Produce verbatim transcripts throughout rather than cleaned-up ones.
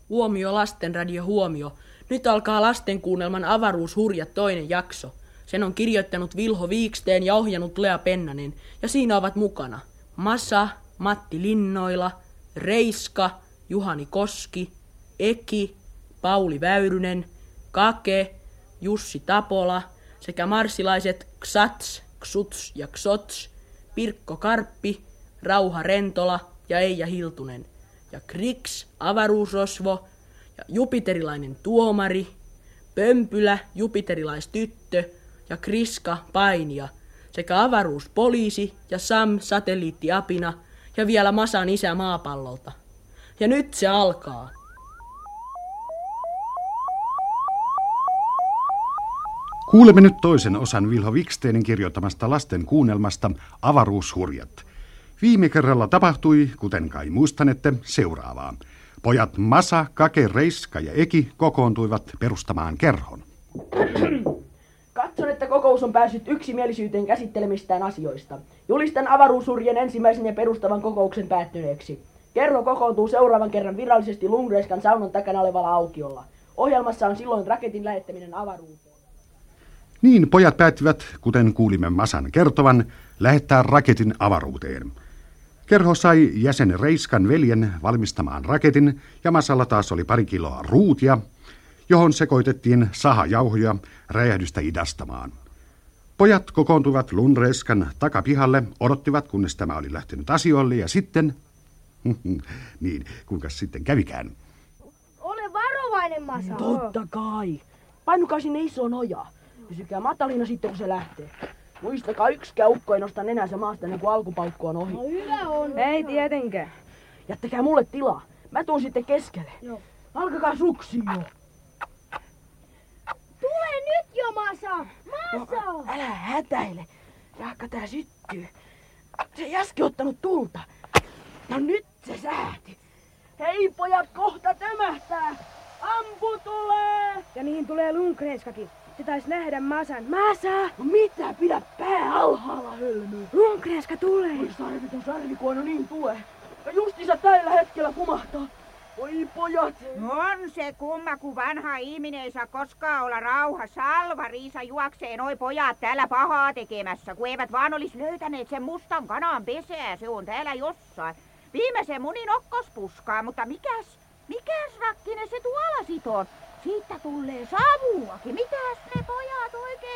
Huomio lastenradio, huomio. Nyt alkaa lastenkuunnelman avaruushurjat toinen jakso. Sen on kirjoittanut Vilho Viiksteen ja ohjannut Lea Pennanen. Ja siinä ovat mukana Masa, Matti Linnoila, Reiska, Juhani Koski, Eki, Pauli Väyrynen, Kake, Jussi Tapola sekä marsilaiset Ksats, Ksuts ja Ksots, Pirkko Karppi, Rauha Rentola ja Eija Hiltunen. Ja Kriks, avaruusrosvo, ja jupiterilainen tuomari, Pömpylä, jupiterilaistyttö ja Kriska, painija, sekä avaruuspoliisi ja Sam, satelliittiapina, ja vielä Masan isä maapallolta. Ja nyt se alkaa. Kuulemme nyt toisen osan Vilho Viksteenin kirjoittamasta lasten kuunnelmasta Avaruushurjat. Viime kerralla tapahtui, kuten kai muistanette, seuraavaa. Pojat Masa, Kake, Reiska ja Eki kokoontuivat perustamaan kerhon. Katson, että kokous on päässyt yksimielisyyteen käsittelemistään asioista. Julistan avaruushurjien ensimmäisen ja perustavan kokouksen päättyneeksi. Kerho kokoontuu seuraavan kerran virallisesti Lundreskan saunan takana olevalla aukiolla. Ohjelmassa on silloin raketin lähettäminen avaruuteen. Niin pojat päättivät, kuten kuulimme Masan kertovan, lähettää raketin avaruuteen. Kerho sai jäsen Reiskan veljen valmistamaan raketin ja Masalla taas oli pari kiloa ruutia, johon sekoitettiin sahajauhoja räjähdystä idastamaan. Pojat kokoontuivat Lundreskan takapihalle, odottivat kunnes tämä oli lähtenyt asioille ja sitten... niin, kuinka sitten kävikään? Ole varovainen, Masa. Totta kai. Painukaa sinne isoon ojaan. Pysykää matalina sitten, kun se lähtee. Muistakaa, yksikään ukko ei nosta nenänsä maasta ennen kuin alkupaukku on ohi. No hyvä on. Ei tietenkään. Jättäkää mulle tilaa. Mä tuun sitten keskelle. Joo. Alkakaa suksiin jo. Tule nyt jo, Masa. Masa. No, älä hätäile. Jaakka, tää syttyy. Se ei äsken ottanut tulta. No nyt se sääti. Hei pojat, kohta tömähtää. Ampu tulee. Ja niin tulee Lundgrenskakin. Se taisi nähdä Masan. Masa! No mitä? Pidä pää alhaalla, hölmö. Lundgrenska tulee. Oi sarviton sarvikuono, niin tulee. Ja justiinsa tällä hetkellä kumahtaa. Oi pojat. On se kumma, kun vanha ihminen ei saa koskaan olla rauha. Salva Riisa juoksee noi pojat täällä pahaa tekemässä, kun eivät vaan olisi löytäneet sen mustan kanan pesää. Se on täällä jossain. Viimeisen munin okkospuskaa, mutta mikäs, mikäs rakkinen se tuolla sit on? Siitä tulee savuakin. Mitäs ne pojat oikein?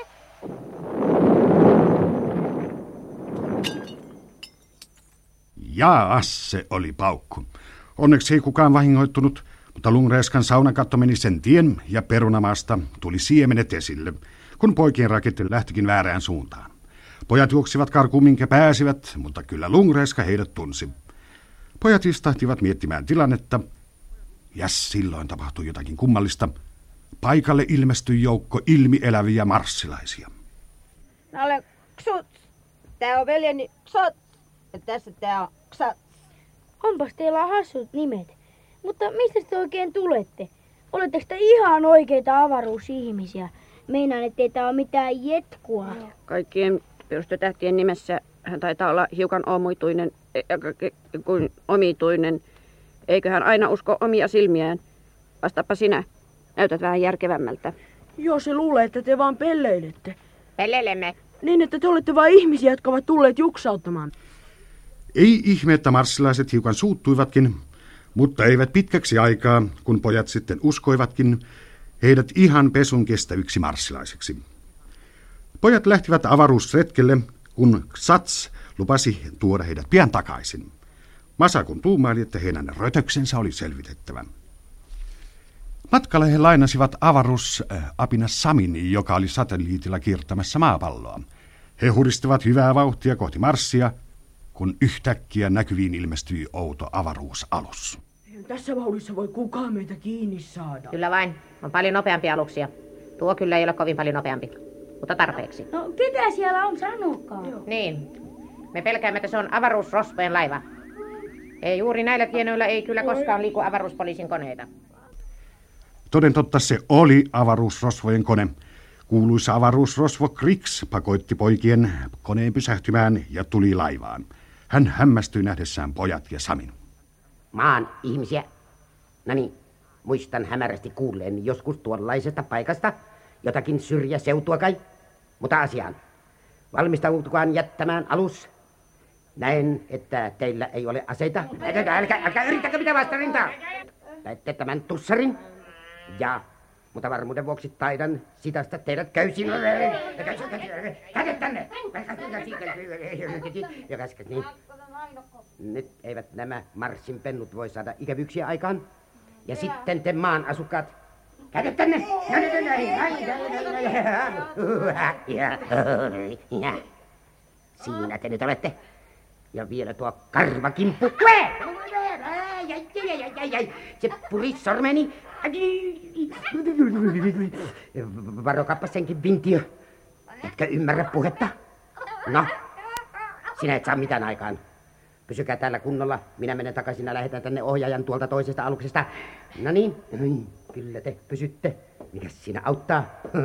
Jaas, se oli paukku. Onneksi ei kukaan vahingoittunut, mutta Lundreskan saunakatto meni sen tien ja perunamaasta tuli siemenet esille, kun poikien raketti lähtikin väärään suuntaan. Pojat juoksivat karkuun minkä pääsivät, mutta kyllä Lundreska heidät tunsi. Pojat istahtivat miettimään tilannetta, ja silloin tapahtui jotakin kummallista. Paikalle ilmestyi joukko ilmieläviä marssilaisia. Mä olen Ksuts. Tää on veljeni Ksots. Ja tässä tää on Ksats. Onpas teillä hassut nimet. Mutta mistä te oikein tulette? Oletteko te ihan oikeita avaruusihmisiä? Meinaan, ettei tää ole mitään jetkua. Kaikkien pyrstötähtien nimessä hän taitaa olla hiukan omituinen, kuin omituinen. Eikö hän aina usko omia silmiään? Vastaapa sinä. Näytät vähän järkevämmältä. Joo, se luulee, että te vaan pelleilette. Pelleilemme. Niin, että te olette vain ihmisiä, jotka ovat tulleet juksauttamaan. Ei ihme, että marssilaiset hiukan suuttuivatkin, mutta eivät pitkäksi aikaa, kun pojat sitten uskoivatkin heidät ihan pesun kestäviksi marssilaisiksi. Pojat lähtivät avaruusretkelle, kun Ksats lupasi tuoda heidät pian takaisin. Masa kun tuumaili, että heidän rötöksensä oli selvitettävä. Matkalla he lainasivat avaruusapina Samin, joka oli satelliitilla kiertämässä maapalloa. He huristivat hyvää vauhtia kohti Marssia, kun yhtäkkiä näkyviin ilmestyi outo avaruusalus. Tässä vauhdissa voi kukaan meitä kiinni saada. Kyllä vain. On paljon nopeampia aluksia. Tuo kyllä ei ole kovin paljon nopeampi, mutta tarpeeksi. No ketä siellä on, sanokaa. Niin. Me pelkäämme, että se on avaruusrosvojen laiva. Ei, juuri näillä tienoilla ei kyllä koskaan liiku avaruuspoliisin koneita. Toden totta se oli avaruusrosvojen kone. Kuuluisa avaruusrosvo Kriks pakotti poikien koneen pysähtymään ja tuli laivaan. Hän hämmästyi nähdessään pojat ja Samin. Maan ihmisiä. No niin, Muistan hämärästi kuulleen joskus tuollaisesta paikasta jotakin syrjäseutua kai. Mutta asiaan. Valmistautukaan jättämään alus. Näen, että teillä ei ole aseita. Älkää, älkää, älkää yrittäkö mitään vastarintaa. Näette tämän tussarin. Ja, mutta varmuuden vuoksi taidan sitasta teidät köysin. Kädet tänne! Ja käsket niin. Nyt eivät nämä Marsin pennut voi saada ikävyyksiä aikaan. Ja sitten te maan asukkaat. Kädet tänne! Siinä te nyt olette. Ja vielä tuo karvakimppu. Se puri sormeni. Varokappa senkin vintiö. Etkö ymmärrä puhetta? No, sinä et saa mitään aikaan. Pysykää täällä kunnolla. Minä menen takaisin ja lähetän tänne ohjaajan tuolta toisesta aluksesta. No niin, kyllä te pysytte. Mikäs siinä auttaa?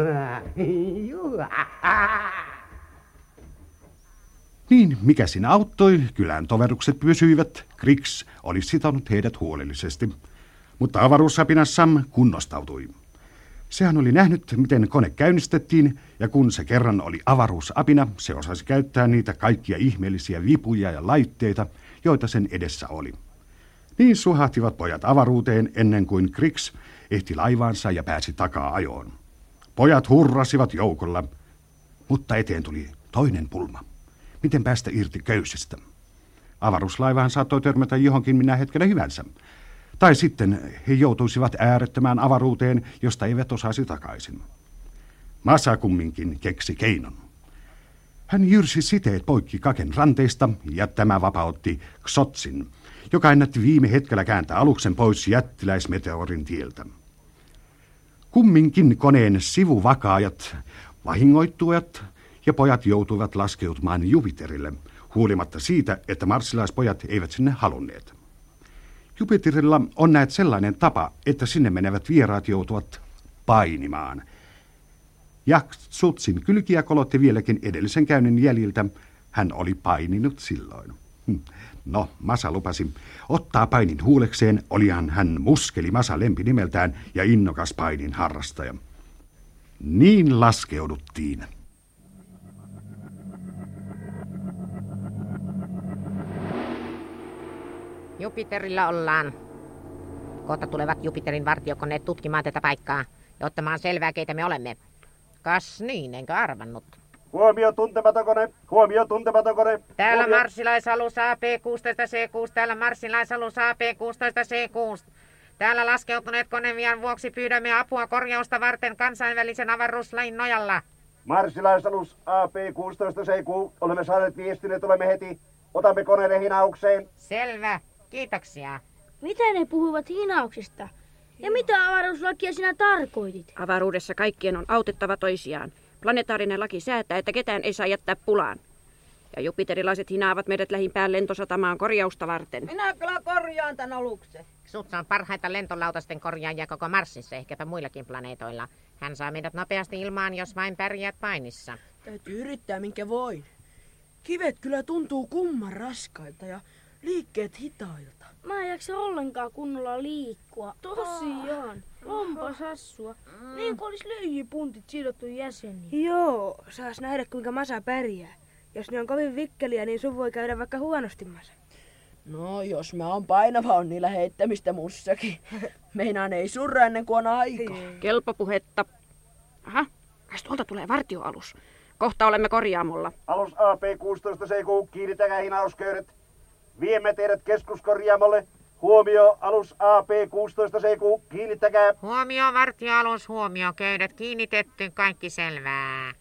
Niin, mikä siinä auttoi? Kylän toverukset pysyivät. Krix oli sitonut heidät huolellisesti. Mutta avaruussapina Sam kunnostautui. Sehän oli nähnyt, miten kone käynnistettiin, ja kun se kerran oli avaruusapina, se osasi käyttää niitä kaikkia ihmeellisiä vipuja ja laitteita, joita sen edessä oli. Niin suhahtivat pojat avaruuteen ennen kuin Krix ehti laivaansa ja pääsi takaa ajoon. Pojat hurrasivat joukolla, mutta eteen tuli toinen pulma. Miten päästä irti köysistä? Avaruuslaivaan saattoi törmätä johonkin minä hetkellä hyvänsä. Tai sitten he joutuisivat äärettömään avaruuteen, josta eivät osaisi takaisin. Masa kumminkin keksi keinon. Hän jyrsi siteet poikki kaken ranteista ja tämä vapautti Xotsin, joka ennätti viime hetkellä kääntää aluksen pois jättiläismeteorin tieltä. Kumminkin koneen sivuvakaajat vahingoittuivat ja pojat joutuivat laskeutumaan Jupiterille, huolimatta siitä, että marsilaispojat eivät sinne halunneet. Jupiterilla on näet sellainen tapa, että sinne menevät vieraat joutuvat painimaan. Ja Xotsin kylkiä kolotti vieläkin edellisen käynnin jäljiltä. Hän oli paininut silloin. No, Masa lupasi ottaa painin huulekseen, olihan hän Muskeli Masa lempi nimeltään ja innokas painin harrastaja. Niin laskeuduttiin. Jupiterilla ollaan. Kohta tulevat Jupiterin vartiokoneet tutkimaan tätä paikkaa ja ottamaan selvää, keitä me olemme. Kas niin, enkä arvannut. Huomio tuntematon kone, huomio tuntematon kone. Täällä marsilaisalus A P kuusitoista C kuusi, täällä marsilaisalus A P kuusitoista C kuusi. Täällä laskeutuneet konevian vuoksi pyydämme apua korjausta varten kansainvälisen avaruuslain nojalla. Marsilaisalus A P kuusitoista C kuusi, olemme saaneet viestin, että olemme heti. Otamme koneiden hinaukseen. Selvä, kiitoksia. Mitä ne puhuivat hinauksesta? Ja mitä avaruuslakia sinä tarkoitit? Avaruudessa kaikkien on autettava toisiaan. Planetaarinen laki säätää, että ketään ei saa jättää pulaan. Ja jupiterilaiset hinaavat meidät lähimpään lentosatamaan korjausta varten. Minä kyllä korjaan tämän aluksen. Xuts on parhaita lentolautasten korjaajia koko Marsissa, ehkäpä muillakin planeetoilla. Hän saa meidät nopeasti ilmaan, jos vain pärjäät painissa. Täytyy yrittää minkä voin. Kivet kyllä tuntuu kumman raskailta ja liikkeet hitailta. Mä en jaksa ollenkaan kunnolla liikkua. Tosiaan. Onpas hassua. Mm. Niin kuin olisi löijypuntit sidottu jäseniin. Joo, saas nähdä kuinka Masa pärjää. Jos ne on kovin vikkeliä, niin sun voi käydä vaikka huonosti, Masa. No, jos mä oon painava, on niillä heittämistä mussakin. Meinaan ei surra ennen kuin on aika. Kelpo puhetta. Aha, kas tuolta tulee vartioalus. Kohta olemme korjaamolla. Alus A P kuusitoista C kuusi, kiinnittäkää hinausköydet. Viemme teidät keskuskorjaamolle. Huomio, alus A P kuusitoista C kuusi, kiinnittäkää. Huomio, vartioalus, huomio, köydet kiinnitetty, kaikki selvää.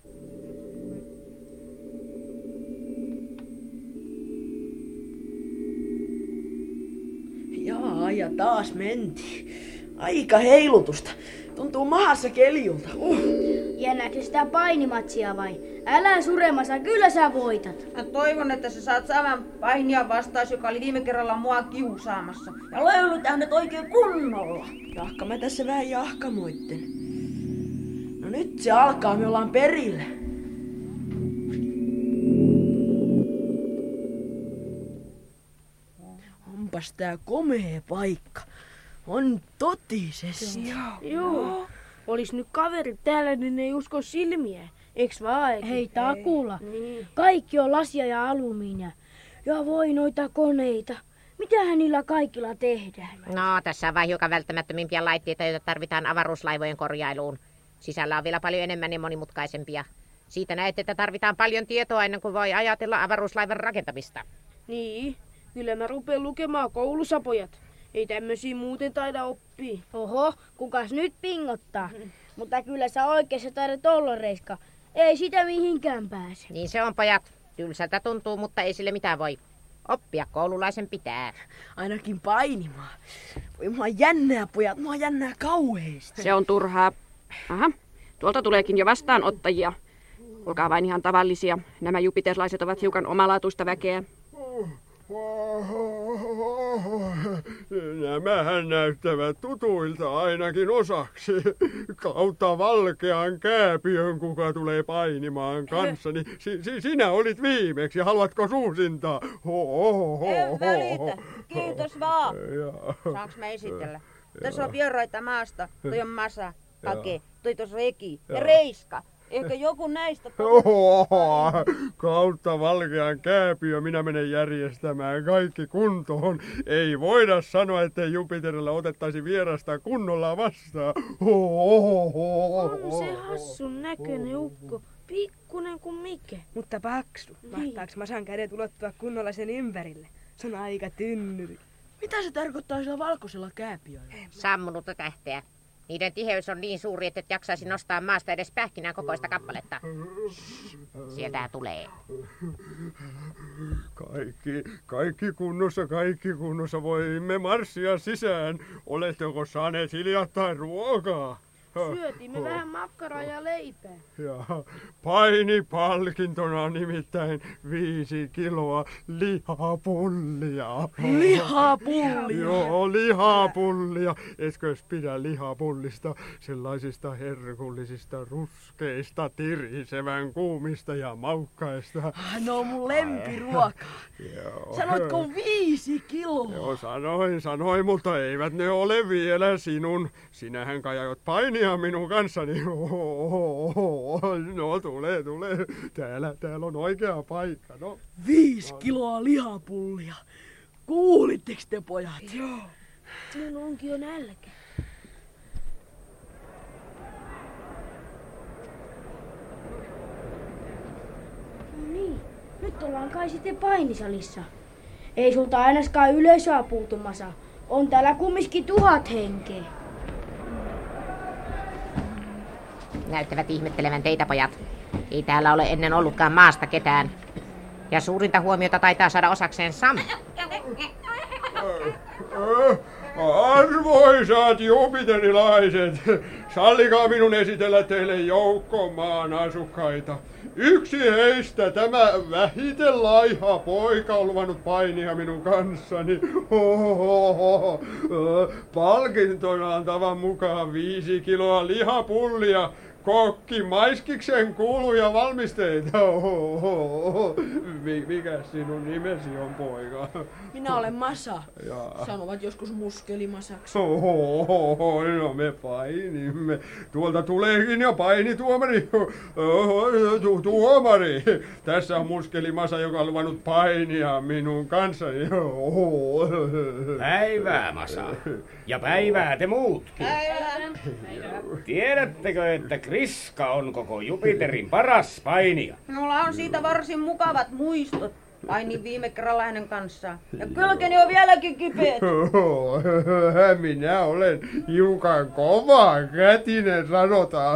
Jaa, ja taas mentiin. Aika heilutusta. Tuntuu mahassa keljulta. Uh. Jäännääkö sitä painimatsia vai? Älä suremassa, kyllä sä voitat. Mä toivon, että sä saat saman painia vastaus, joka oli viime kerralla mua kiusaamassa. Ja löylytään nyt oikein kunnolla. Jahka mä tässä vähän jahkamoitten. No nyt se alkaa, me ollaan perillä. Onpas tää komea paikka. On totisesti. Joo. Olis nyt kaverit täällä, niin ne ei usko silmiä. Eiks vaan? Hei takuulla. Niin. Kaikki on lasia ja alumiinia. Ja voi noita koneita. Mitähän niillä kaikilla tehdään? No, tässä on vain hiukan välttämättömimpiä laitteita, joita tarvitaan avaruuslaivojen korjailuun. Sisällä on vielä paljon enemmän ja monimutkaisempia. Siitä näette, että tarvitaan paljon tietoa ennen kuin voi ajatella avaruuslaivan rakentamista. Niin, kyllä mä rupeen lukemaan koulussa, pojat. Ei tämmösiä muuten taida oppia. Oho, kukas nyt pingottaa? Mutta kyllä sä oikeassa taidat olla, Reiska. Ei sitä mihinkään pääse. Niin se on, pojat. Tylsältä tuntuu, mutta ei sille mitään voi. Oppia koululaisen pitää. Ainakin painimaan. Voi mua jännää, pojat. Mua jännää kauheesti. Se on turhaa. Aha, tuolta tuleekin jo vastaanottajia. Olkaa vain ihan tavallisia. Nämä jupiterlaiset ovat hiukan omalaatuista väkeä. Nämähän näyttävät tutuilta ainakin osaksi. Kautta valkean kääpiön, kuka tulee painimaan kanssani. Si- si- sinä olit viimeksi. Haluatko suusintaa? En välitä. Kiitos vaan. Ja. Saanko mä esitellä? Tässä on vieraita maasta. Toi on Masa, Ake, toi tos Reki ja Reiska. Ehkä joku näistä... Oho, kautta valkean kääpiö, minä menen järjestämään kaikki kuntoon. Ei voida sanoa, ettei Jupiterilla otettaisi vierasta kunnolla vastaan. On se hassun näköinen ukko. Pikkunen kuin mikä. Mutta paksu. Mahtaaks Masan kädet ulottua kunnolla sen ympärille? Se on aika tynnyri. Mitä se tarkoittaa sillä valkoisella kääpiöllä? Sammunutta tähteä. Niiden tiheys on niin suuri, että et jaksaisi nostaa maasta edes pähkinän kokoista kappaletta. Sieltä tulee. Kaikki, kaikki kunnossa, kaikki kunnossa. Voimme marssia sisään. Oletteko saaneet hiljattain ruokaa? Syötimme vähän makkaraa ja leipää. Ja painipalkintona nimittäin viisi kiloa lihapullia. Lihapullia? Joo, lihapullia. Etkös pidä lihapullista, sellaisista herkullisista, ruskeista, tirisevän kuumista ja maukkaista? No on mun lempiruoka. Sanoitko viisi kiloa? Joo, sanoin, sanoin, mutta eivät ne ole vielä sinun. Sinähän kai aiot painia minun kanssani. No, tule, tule. Täällä, täällä on oikea paikka. No. Viisi kiloa lihapullia. Kuulitteko te, pojat? Joo. Minun onkin jo nälkä. No niin, nyt ollaan kai sitten painisalissa. Ei sulta ainakaan yleisöä puutu, Masa. On täällä kumminkin tuhat henkeä. Näyttävät ihmettelevän teitä, pojat. Ei täällä ole ennen ollutkaan maasta ketään. Ja suurinta huomiota taitaa saada osakseen Sam. Arvoisat jupiterilaiset, sallikaa minun esitellä teille joukko maan asukkaita. Yksi heistä, tämä vähiten laiha poika, on luvannut painia minun kanssani. Ohohoho. Palkintona on tavan mukaan viisi kiloa lihapullia. Kokki Maiskiksen kuuluja valmisteita. Ohohoho. Mikä sinun nimesi on, poika? Minä olen Masa. Jaa. Sanovat joskus muskelimasaksi. Ohohoho, no me painimme. Tuolta tuleekin jo painituomari. Oho, tu- tuomari. Tässä on muskelimasa, joka on luvannut painia minun kanssani. Oho. Päivää, Masa. Ja päivää te muutkin. Tiedättekö, että Kriska on koko Jupiterin paras painija? Minulla on siitä varsin mukavat muistot. Painin viime kerralla hänen kanssaan. Ja kylkeni on vieläkin kipeät. Minä olen hiukan kova kätinen, sanotaan.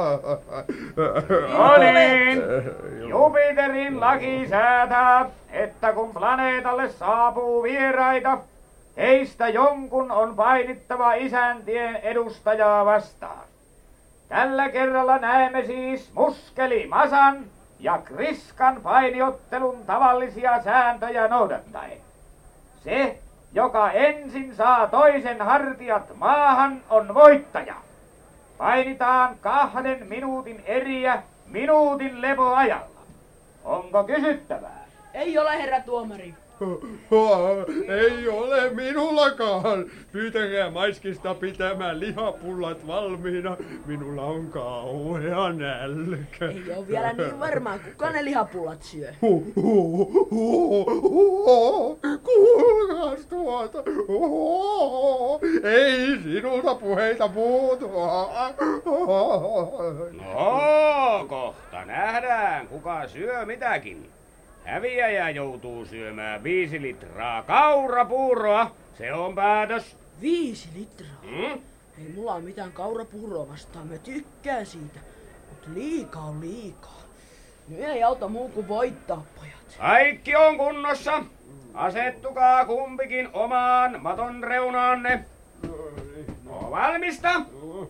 No niin, Jupiterin laki säätää, että kun planeetalle saapuu vieraita, heistä jonkun on painittava isäntien edustajaa vastaan. Tällä kerralla näemme siis Muskeli-Masan ja Kriskan painiottelun tavallisia sääntöjä noudattaen. Se, joka ensin saa toisen hartiat maahan, on voittaja. Painitaan kahden minuutin eriä minuutin lepoajalla. Onko kysyttävää? Ei ole, herra tuomari. Ei ole minullakaan. Pyytäkää Maiskista pitämään lihapullat valmiina. Minulla on kauhea nälkä. Ei ole vielä niin varmaa, kuka ne lihapullat syö. Kuulkaas tuota. Ei sinulta puheita puutu. No, kohta nähdään, kuka syö mitäkin. Häviäjä joutuu syömään viisi litraa kaurapuuroa. Se on päätös. Viisi litraa? Hmm? Ei mulla ole mitään kaurapuuroa vastaan. Mä tykkään siitä. Mutta liikaa on liikaa. Nyt ei auta muu kuin voittaa, pojat. Kaikki on kunnossa. Asettukaa kumpikin omaan maton reunaanne. No, valmista.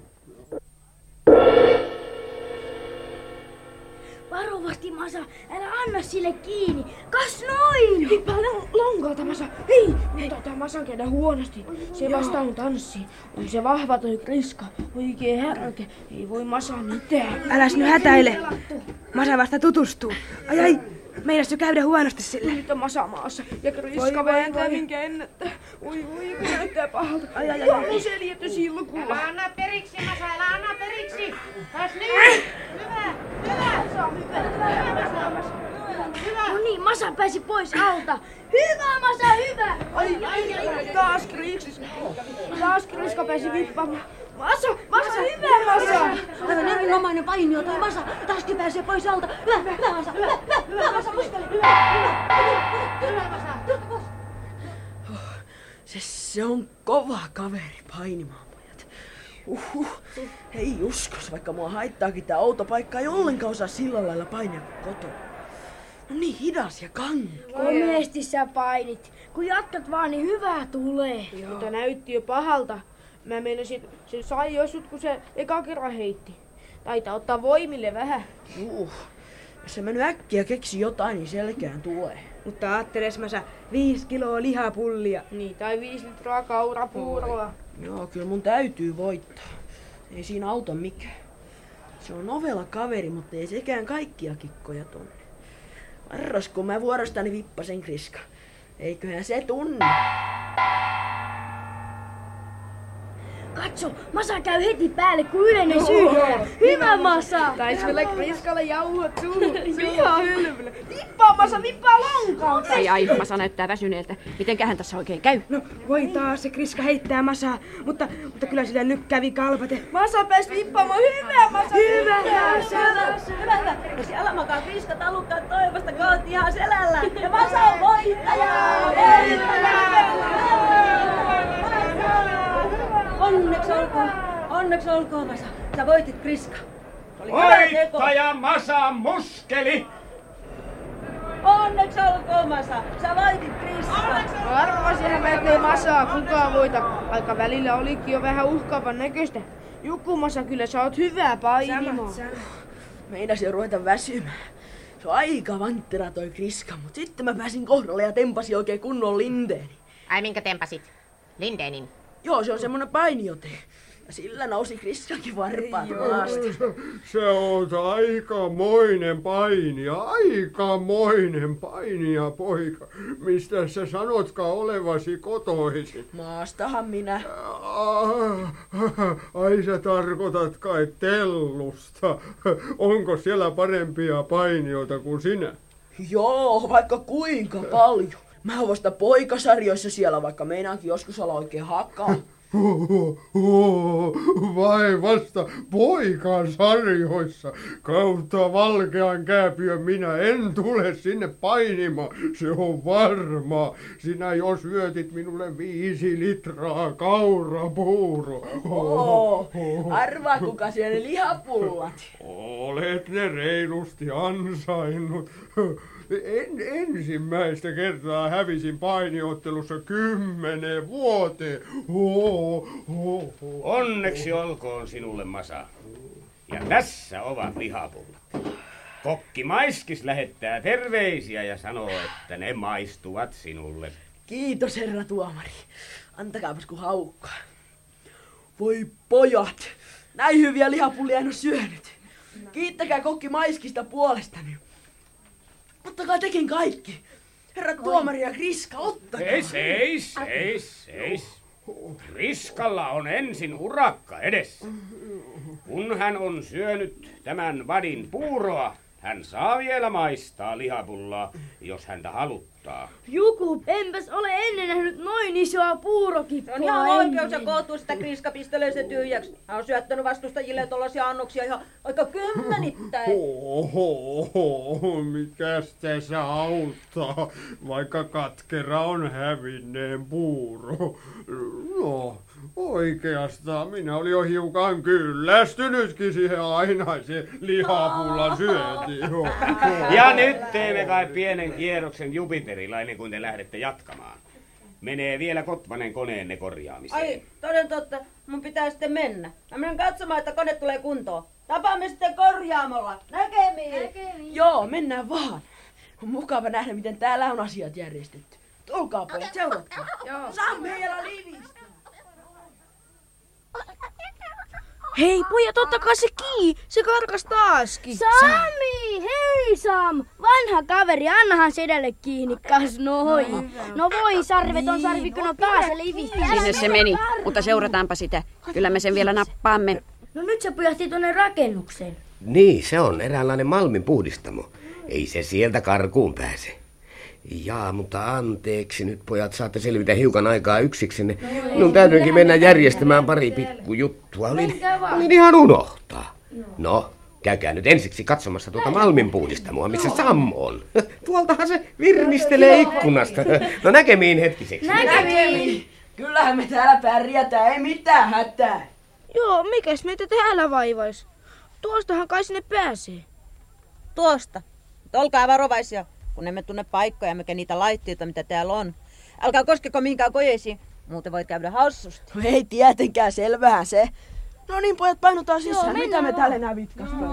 Varovasti, Masa, älä anna sille kiinni. Kas noin! Hippaa lonkalta, Masa. Hei, nyt taitaa Masan käydä huonosti. Se vasta on tanssiin. On se vahva toi Kriska. Oikein härkä. Ei voi Masa mitään. Äläs nyt hätäile. Masa vasta tutustuu. Ai ai, meinas jo käydä huonosti sille. Nyt on Masa maassa. Ja Kriska vääntää minkä ennättää. Oi oi, kun näyttää pahalta. Ai ai ai. Mun seljetty silkulla. Älä anna periksi, Masa, älä anna periksi. Kas niin. Hyvä, hyvä. No niin, Masa pääsi pois alta. Hyvä, Masa, hyvä! Ai, ai, ai, taas Kriks. Taas Kriska pääsi vippaamaan. Masa, Masa, hyvä, Masa! Aivan erinomainen painio toi Masa. Taaskin pääsee pois alta. Hyvä, hyvä, Masa, hyvä, hyvä, hyvä, Masa, muistele. Hyvä, hyvä, hyvä, Masa. Se, se on kova kaveri painimaan, pojat. Uhuh. Ei uskos, vaikka mua haittaakin tää outo paikka, ei ollenkaan osaa sillä lailla painia kuin kotona. No niin hidas ja kankea. Komeesti sä painit. Kun jatkat vaan, niin hyvää tulee. Joo. Mutta näytti jo pahalta. Mä meinasin, se sai josut, kun se eka kerran heitti. Taitaa ottaa voimille vähän. Juu. Jos se mennyt äkkiä keksi jotain, niin selkään tulee. Mutta aatteles Masa, viisi kiloa lihapullia. Niin, tai viisi litraa kaurapuuroa. Joo, kyllä mun täytyy voittaa. Ei siinä auta mikään. Se on ovela kaveri, mutta ei sekään kaikkia kikkoja tunne. Arras, kun mä vuorostani vippasen Kriska. Eiköhän se tunne. Katso, Masa käy heti päälle, kun yleinen syyttää. Hyvä, Masa! Taisi kyllä Kriskalle jauhot suuhun. Ihan hylmylä. Vippaa, Masa, vippaa lonkalta! Ai ai, Masa näyttää väsyneeltä. Mitenkähän tässä oikein käy? No, voi taas se Kriska heittää Masaa, mutta, mutta kyllä sillä nyt kävi kalpate. Masa pääsi vippaamaan. Hyvä, Masa! Hyvä, Masa! Hyvä, hyvä. Ja siellä makaa Kriska talukkaat toivosta kohti ihan selällä. Ja Masa on voittaja! Onneksi olkoon, onneksi olkoon, Masa. Sä voitit, Kriska. Voittaja Masa Muskeli! Onneksi olkoon, Masa. Sä voitit, Kriska. Arvasinhan mä, ettei Masaa kukaan voita. Aika välillä olikin jo vähän uhkaavan näköistä. Joku, Masa, kyllä sä oot hyvä painimaan. Meinasin jo ruveta väsymään. Se on aika vanttera toi Kriska, mut sitten mä pääsin kohdalle ja tempasin oikein kunnon Lindeeni. Ai minkä tempasit? Lindeenin? Joo, se on semmonen painiote. Ja sillä nousi Kriskakin varpaat maasta. Se on aikamoinen painija, aikamoinen painija, poika. Mistä sä sanotkaan olevasi kotoisin? Maastahan minä. Ai sä tarkoitat kai Tellusta. Onko siellä parempia painijoita kuin sinä? Joo, vaikka kuinka paljon. Mä oon vasta poikasarjoissa siellä, vaikka meinaankin joskus olla oikein hakaa. Vai vasta poikan sarjoissa? Kautta valkean kääpiön minä en tule sinne painimaan, se on varma. Sinä jo syötit minulle viisi litraa kaurapuuroa. Oo, arvaa kuka siellä lihapullat. Olet ne reilusti ansainnut. En, ensimmäistä kertaa hävisin painiottelussa kymmenen vuoteen. Ho, ho, ho. Onneksi olkoon sinulle, Masa. Ja tässä ovat lihapullat. Kokki Maiskis lähettää terveisiä ja sanoo, että ne maistuvat sinulle. Kiitos, herra tuomari. Antakaapas kun haukkaa. Voi pojat, näin hyviä lihapullia en ole syönyt. Kiittäkää kokki Maiskista puolestani. Ottakaa tekin kaikki. Herra tuomari ja Kriska, ottakaa. Ei, seis, seis, seis. Kriskalla on ensin urakka edessä. Kun hän on syönyt tämän vadin puuroa, hän saa vielä maistaa lihapullaa, jos häntä haluttaa. Juku, enpäs ole ennen nähnyt noin isoa puurokippua. On ihan oikeus ja kohtuus, että Kriska pistelee se tyhjäksi. Hän on syöttänyt vastustajille tollaisia annoksia ihan aika kymmenittäin. Oho, mikäs tässä auttaa, vaikka katkera on hävinneen puuro. No, oikeastaan minä olin jo hiukan kyllästynytkin siihen ainaiseen lihapullan syöntiin. Ja nyt teemme kai pienen kierroksen Jupiterilla ennen kuin te lähdette jatkamaan. Menee vielä Kotvanen koneenne korjaamiseen. Ai, toden totta. Mun pitää sitten mennä. Mä menen katsomaan, että kone tulee kuntoon. Tapaamme sitten korjaamolla. Näkemiin. Näkemiin. Joo, mennään vaan. On mukava nähdä, miten täällä on asiat järjestetty. Tulkaa pojat, seuratkaa. Joo. Saamme vielä livistä. Hei pojat, ottakaa se kiinni. Se karkas taaskin. Sami, hei Sam. Vanha kaveri, annahan sedälle kiinni, kas noin. No voi, sarveton sarvi, kun on taas livisti. Sinne se meni, mutta seurataanpa sitä. Kyllä me sen vielä nappaamme. No nyt se pujahti tuonne rakennukseen. Niin, se on eräänlainen malmin puhdistamo. Ei se sieltä karkuun pääse. Jaa, mutta anteeksi nyt pojat, saatte selvitä hiukan aikaa yksiksenne. Minun täytyykin mennä järjestämään pari pikkujuttua. Olin, olin ihan unohtaa. No, käykää nyt ensiksi katsomassa tuota malmin puhdistamoa, missä Sam on. Tuoltahan se virnistelee ikkunasta. No näkemiin hetkiseksi. Näkemiin. Kyllähän me täällä pärjätään, ei mitään hätää. Joo, mikäs meitä täällä vaivais? Tuostahan kai sinne pääsee. Tuosta. Mutta olkaa varovaisia, kun emme tunne paikkoja mikä niitä laitteita, mitä täällä on. Älkää koskeko mihinkään kojeisiin, muuten voit käydä hassusti. No ei tietenkään, selvähän se. No niin pojat, painutaan sisään. Joo, mitä me täällä enää vitkastellaan?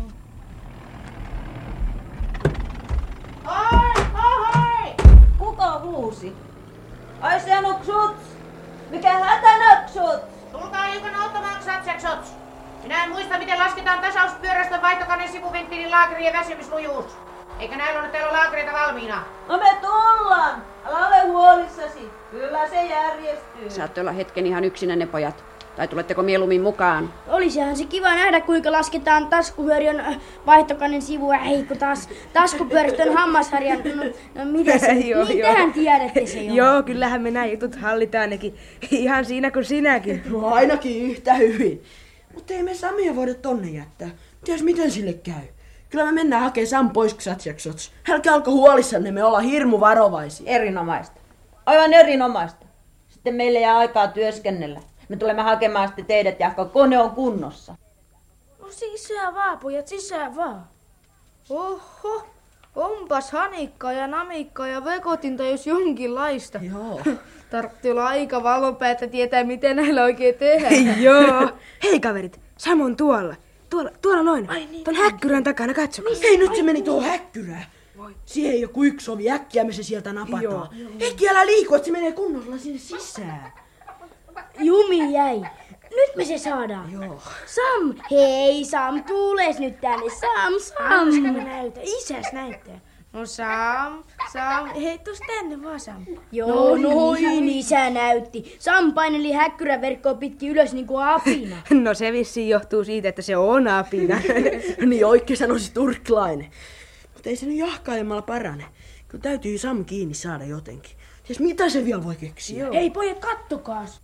Hoi, hoi! Kuka huusi? Ai se on Ksuts! Mikä hätänä Ksuts? Tulkaa hiukan auttamaan Ksuts. Minä en muista, miten lasketaan tasauspyörästä vaihtokannen sivuventtiilin laakerien väsymyslujuus. Eikä näillä ole täällä laakereita valmiina. No me tullaan! Älä ole huolissasi. Kyllä se järjestyy. Saatte olla hetken ihan yksinänne pojat. Tai tuletteko mieluummin mukaan? Olisihan se kiva nähdä, kuinka lasketaan taskuhyöriön vaihtokannen sivua. Ei kun taas taskupyöristön hammasharjan. No, no mitä se? Joo, niin joo. tähän tiedätte se jo. Joo, kyllähän me nämä jutut hallitaan nekin. Ihan siinä kuin sinäkin. No ainakin yhtä hyvin. Mutta ei me Samia voida tonne jättää. Ties miten sille käy. Kyllä me mennään hakemaan Sam pois Ksatsjaksots. Älkää alko huolissanne, me ollaan hirmu varovaisia. Erinomaista. Aivan erinomaista. Sitten meille jää aikaa työskennellä. Me tulemme hakemaan sitten teidät, jahka kone on kunnossa. No sisään vaan, pojat, sisään vaan. Oho, onpas hanikkaa ja namikkaa ja vekotinta jos jonkinlaista. Joo. Tarvitsi olla aika valopää, että tietää miten näillä oikein tehdään. Joo. Hei kaverit, Sam on tuolla. Tuolla, tuolla noin. Ai niin. Tuon häkkyrän takana, katsokaa. Hei, nyt se meni tuohon häkkyrään. Siihen ei ole kuin yksi ovi, äkkiä me se sieltä napataan. Joo. Hei, älä liiku, että se menee kunnolla sinne sisään. Jumi jäi. Nyt me se saadaan. Joo. Sam, hei Sam, tules nyt tänne. Sam, Sam. Koska mä näytän, isäs näyttää. No Sam, Sam, hei tos tänne vaan Sam. Joo, noin isä näytti. Sam paineli häkkyräverkkoa pitkin ylös niin kuin apina. No se vissiin johtuu siitä, että se on apina. Niin oikein sanoisi turkkilainen. Mutta ei se nyt jahkailemalla parane. Kyllä täytyy Sam kiinni saada jotenkin. Siis mitä se vielä voi keksiä? Joo. Hei pojat, kattokaas.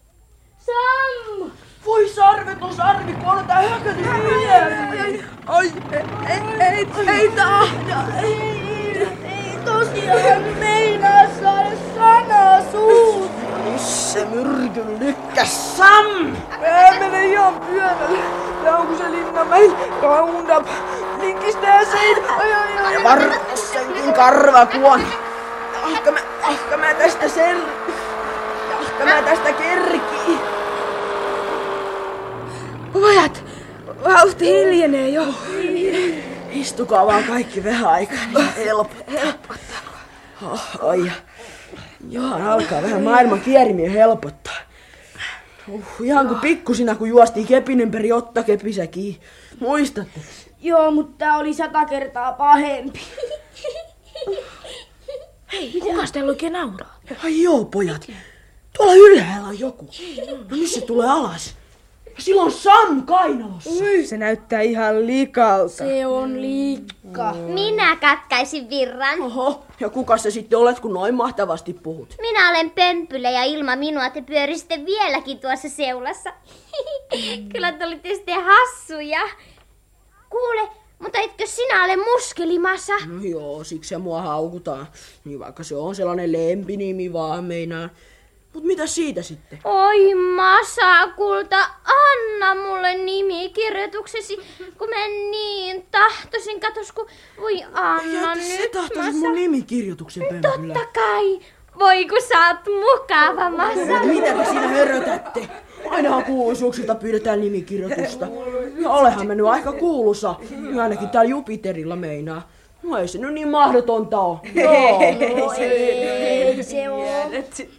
Sam! Voi sarveton sarvi, kun oletaan hököty vielä. Ai, ei, ei, ei tahda. Ei, ei tosiaan meinaa saada sanaa suusta. Missä myrkyn lykkäs Sam? Mä menen ihan pyörällä. Tää onko se Linnamäi? Roundup. Linkistää sein. Ai, ai, ai. Ja varmasti senkin karvakuon. Jahka mä, jahka mä tästä sen. Jahka mä tästä kerkiin. Pojat, vauhti hiljenee jo. Istukaa vaan kaikki vähän aikaa, niin helpottaa. Oh, ai, Johan alkaa vähän maailman kierimien helpottaa. Uh, ihan kuin pikkusina, kun juostiin kepin ympäri Otta Kepisäkin. Muistatte? Joo, mutta tää oli sata kertaa pahempi. Hei, Kukas täällä oikein nauraa? Ai joo, pojat. Tuolla ylhäällä on joku. No nyt se tulee alas. Sillä on Sam kainalossa. Se näyttää ihan liikalta. Se on liikka. Minä katkaisin virran. Oho, ja kuka sä sitten olet, kun noin mahtavasti puhut? Minä olen Pömpylä ja ilman minua te pyörisitte vieläkin tuossa seulassa. Kyllä te olitte sitten hassuja. Kuule, mutta etkö sinä ole Muskelimasa? No joo, siksi se mua haukutaan. Niin vaikka se on sellainen lempinimi vaan meinaa. Mut mitä siitä sitten? Oi Masa, kulta, anna mulle nimikirjoituksesi, kun mä niin tahtoisin, katos kun, voi anna nyt, se tahtoisit mun nimikirjoituksen, Pömpylä. Totta kai, voi kun sä oot mukava, Masa. Mitä te siinä hörötätte? Ainahan kuuluisuuksilta pyydetään nimikirjoitusta. Ja olehan mä nyt aika kuuluisa, ainakin täällä Jupiterilla meinaa. No ei se nyt niin mahdotonta oo. Joo. No ei se oo.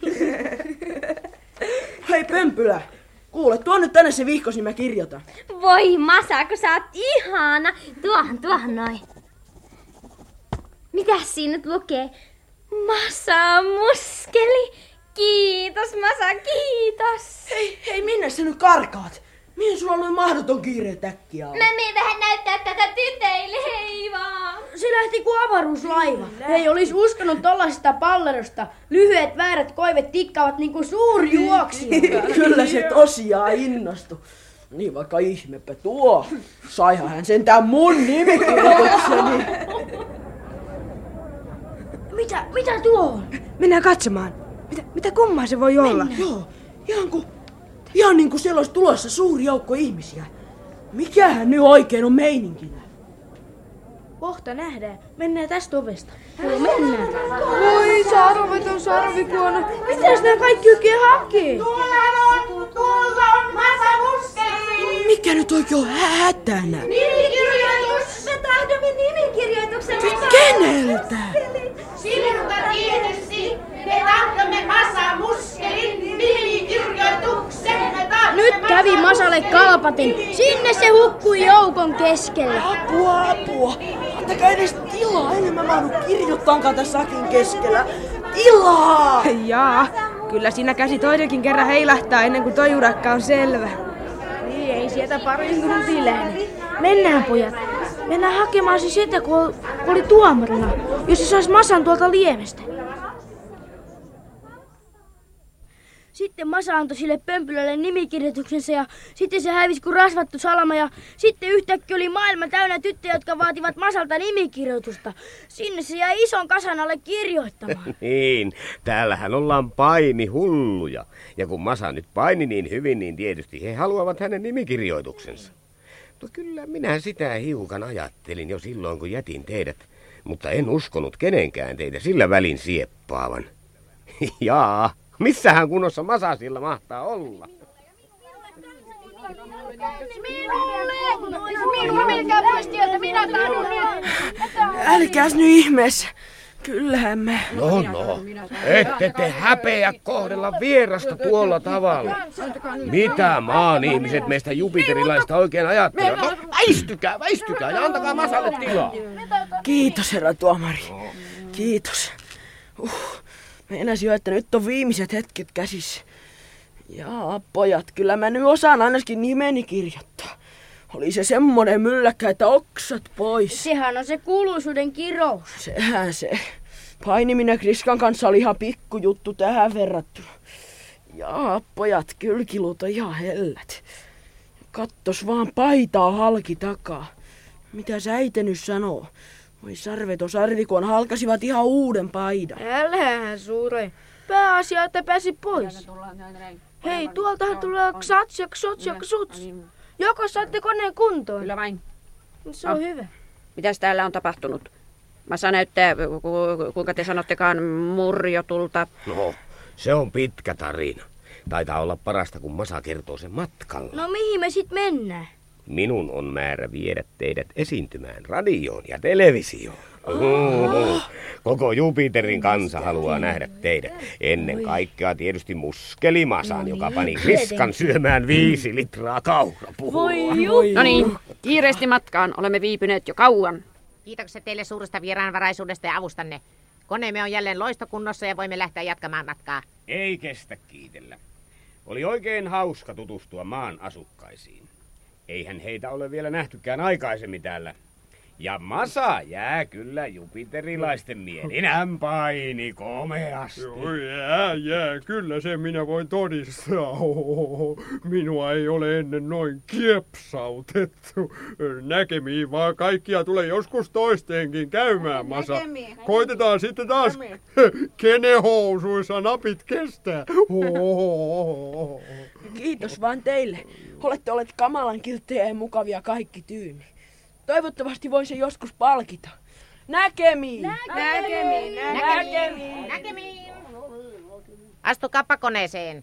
Hei Pömpylä, kuule, tuo nyt tänne se vihkos, niin mä kirjoitan. Voi Masa, kun sä oot ihana. Tuohan, tuohan noin. Mitäs siinä nyt lukee? Masa Muskeli. Kiitos Masa, kiitos. Hei, hei, minne sä nyt karkaat? Mihin sulla on noin mahdoton kiire äkkiä olla? Mä menen vähän näyttää tätä tytöille, hei vaan. Se lähti kuin avaruuslaiva. Ei olisi uskonut tollasesta pallerosta. Lyhyet väärät koivet tikkaavat niinku suuri juoksija. Kyllä se tosiaan innostui. Niin vaikka ihmepä tuo. Saihan hän sentään mun nimikirjoitukseni. Mitä, mitä tuo on? Mennään katsomaan. Mitä, mitä kummaa se voi olla? Mennään. Joo, ihan kuin, ihan niin kuin siellä olisi tulossa suuri joukko ihmisiä. Mikähän nyt oikein on meininkinä? Kohta nähdään. Mennään tästä ovesta. Joo, mennään. Voi sarveton sarvikuono. Mitäs nämä kaikki oikein hakee? Tuolla on, tuolla on Masa Muskeli. Mikä nyt oikein on hätänä? Nimikirjoitus. Me tahdomme nimikirjoituksen. Keneltä? Sinulta tietysti. Me tahdomme Masa Muskelin nimikirjoituksen. Me tahdomme Nyt kävi Masalle kalpaten. Sinne se hukkui joukon keskelle. Apua, apua. Antakaa edes tilaa, en mä mahdu kirjoittaankaan tässä sakin keskellä. Tilaa! Jaa, kyllä siinä käsi toisenkin kerran heilahtaa ennen kuin toi urakka on selvä. Niin, ei sieltä parin tuntia lähde. Mennään pojat. Mennään hakemaan se sitä, kun oli tuomarina. Jos se sais Masan tuolta liemestä. Sitten Masa antoi sille Pömpylälle nimikirjoituksensa ja sitten se hävisi kuin rasvattu salama ja sitten yhtäkkiä oli maailma täynnä tyttöjä, jotka vaativat Masalta nimikirjoitusta. Sinne se jäi ison kasan alle kirjoittamaan. Niin, täällähän ollaan painihulluja. Ja kun Masa nyt paini niin hyvin, niin tietysti he haluavat hänen nimikirjoituksensa. No kyllä minä sitä hiukan ajattelin jo silloin, kun jätin teidät, mutta en uskonut kenenkään teitä sillä välin sieppaavan. Jaa. Missähän kunnossa Masa sillä mahtaa olla? Älkääs nyt ihmeessä. Kyllähän me... No no, ette te häpeä kohdella vierasta tuolla tavalla. Mitä maan ihmiset meistä jupiterilaista oikein ajattelevat? No väistykää, väistykää ja antakaa Masalle tilaa. Kiitos herra tuomari. Kiitos. Uh. Meinasin jo, että nyt on viimeiset hetket käsissä. Jaa, pojat, kyllä mä nyt osaan ainakin nimeni kirjoittaa. Oli se semmonen mylläkkä, että oksat pois. Sehän on se kuuluisuuden kirous. Sehän se. Painiminen Kriskan kanssa oli ihan pikkujuttu tähän verrattuna. Jaa, pojat, kylkiluut on ihan hellät. Kattos vaan paitaa halki takaa. Mitä sä äiti nyt sanoo? Voi sarveton sarvikuon halkasivat ihan uuden paidan. Älähän suure. Pääasia, että pääsi pois. Hei, tuoltahan tulee ksats ja ksots ja ksuts. Joko saatte koneen kuntoon? Kyllä vain. Se on No. hyvä. Mitäs täällä on tapahtunut? Masa näyttää, ku- kuinka te sanottekaan, murjotulta. No, se on pitkä tarina. Taitaa olla parasta, kun Masa kertoo sen matkalla. No mihin me sit mennään? Minun on määrä viedä teidät esiintymään radioon ja televisioon. Uhuhu. Koko Jupiterin kansa haluaa nähdä teidät. Ennen kaikkea tietysti Muskelimasan, joka pani Kriskan syömään viisi litraa kaurapuuroa. No niin, kiireesti matkaan. Olemme viipyneet jo kauan. Kiitokset teille suuresta vieraanvaraisuudesta ja avustanne. Koneemme on jälleen loistokunnossa ja voimme lähteä jatkamaan matkaa. Ei kestä kiitellä. Oli oikein hauska tutustua maan asukkaisiin. Eihän heitä ole vielä nähtykään aikaisemmin täällä. Ja Masa jää kyllä jupiterilaisten mielin. Hän paini komeasti. Joo, jää, jää. Kyllä se minä voin todistaa. Ohoho. Minua ei ole ennen noin kiepsautettu. Näkemiin vaan, kaikkia tulee joskus toisteenkin käymään, Masa. Näkemiin. Koitetaan sitten taas, kenen housuissa napit kestää. Ohoho. Kiitos vaan teille. Olette olleet kamalan kilttejä ja mukavia kaikki tyymi. Toivottavasti voin se joskus palkita. Näkemiin! Näkemiin! Näkemiin! Näkemiin! Astu kappakoneeseen.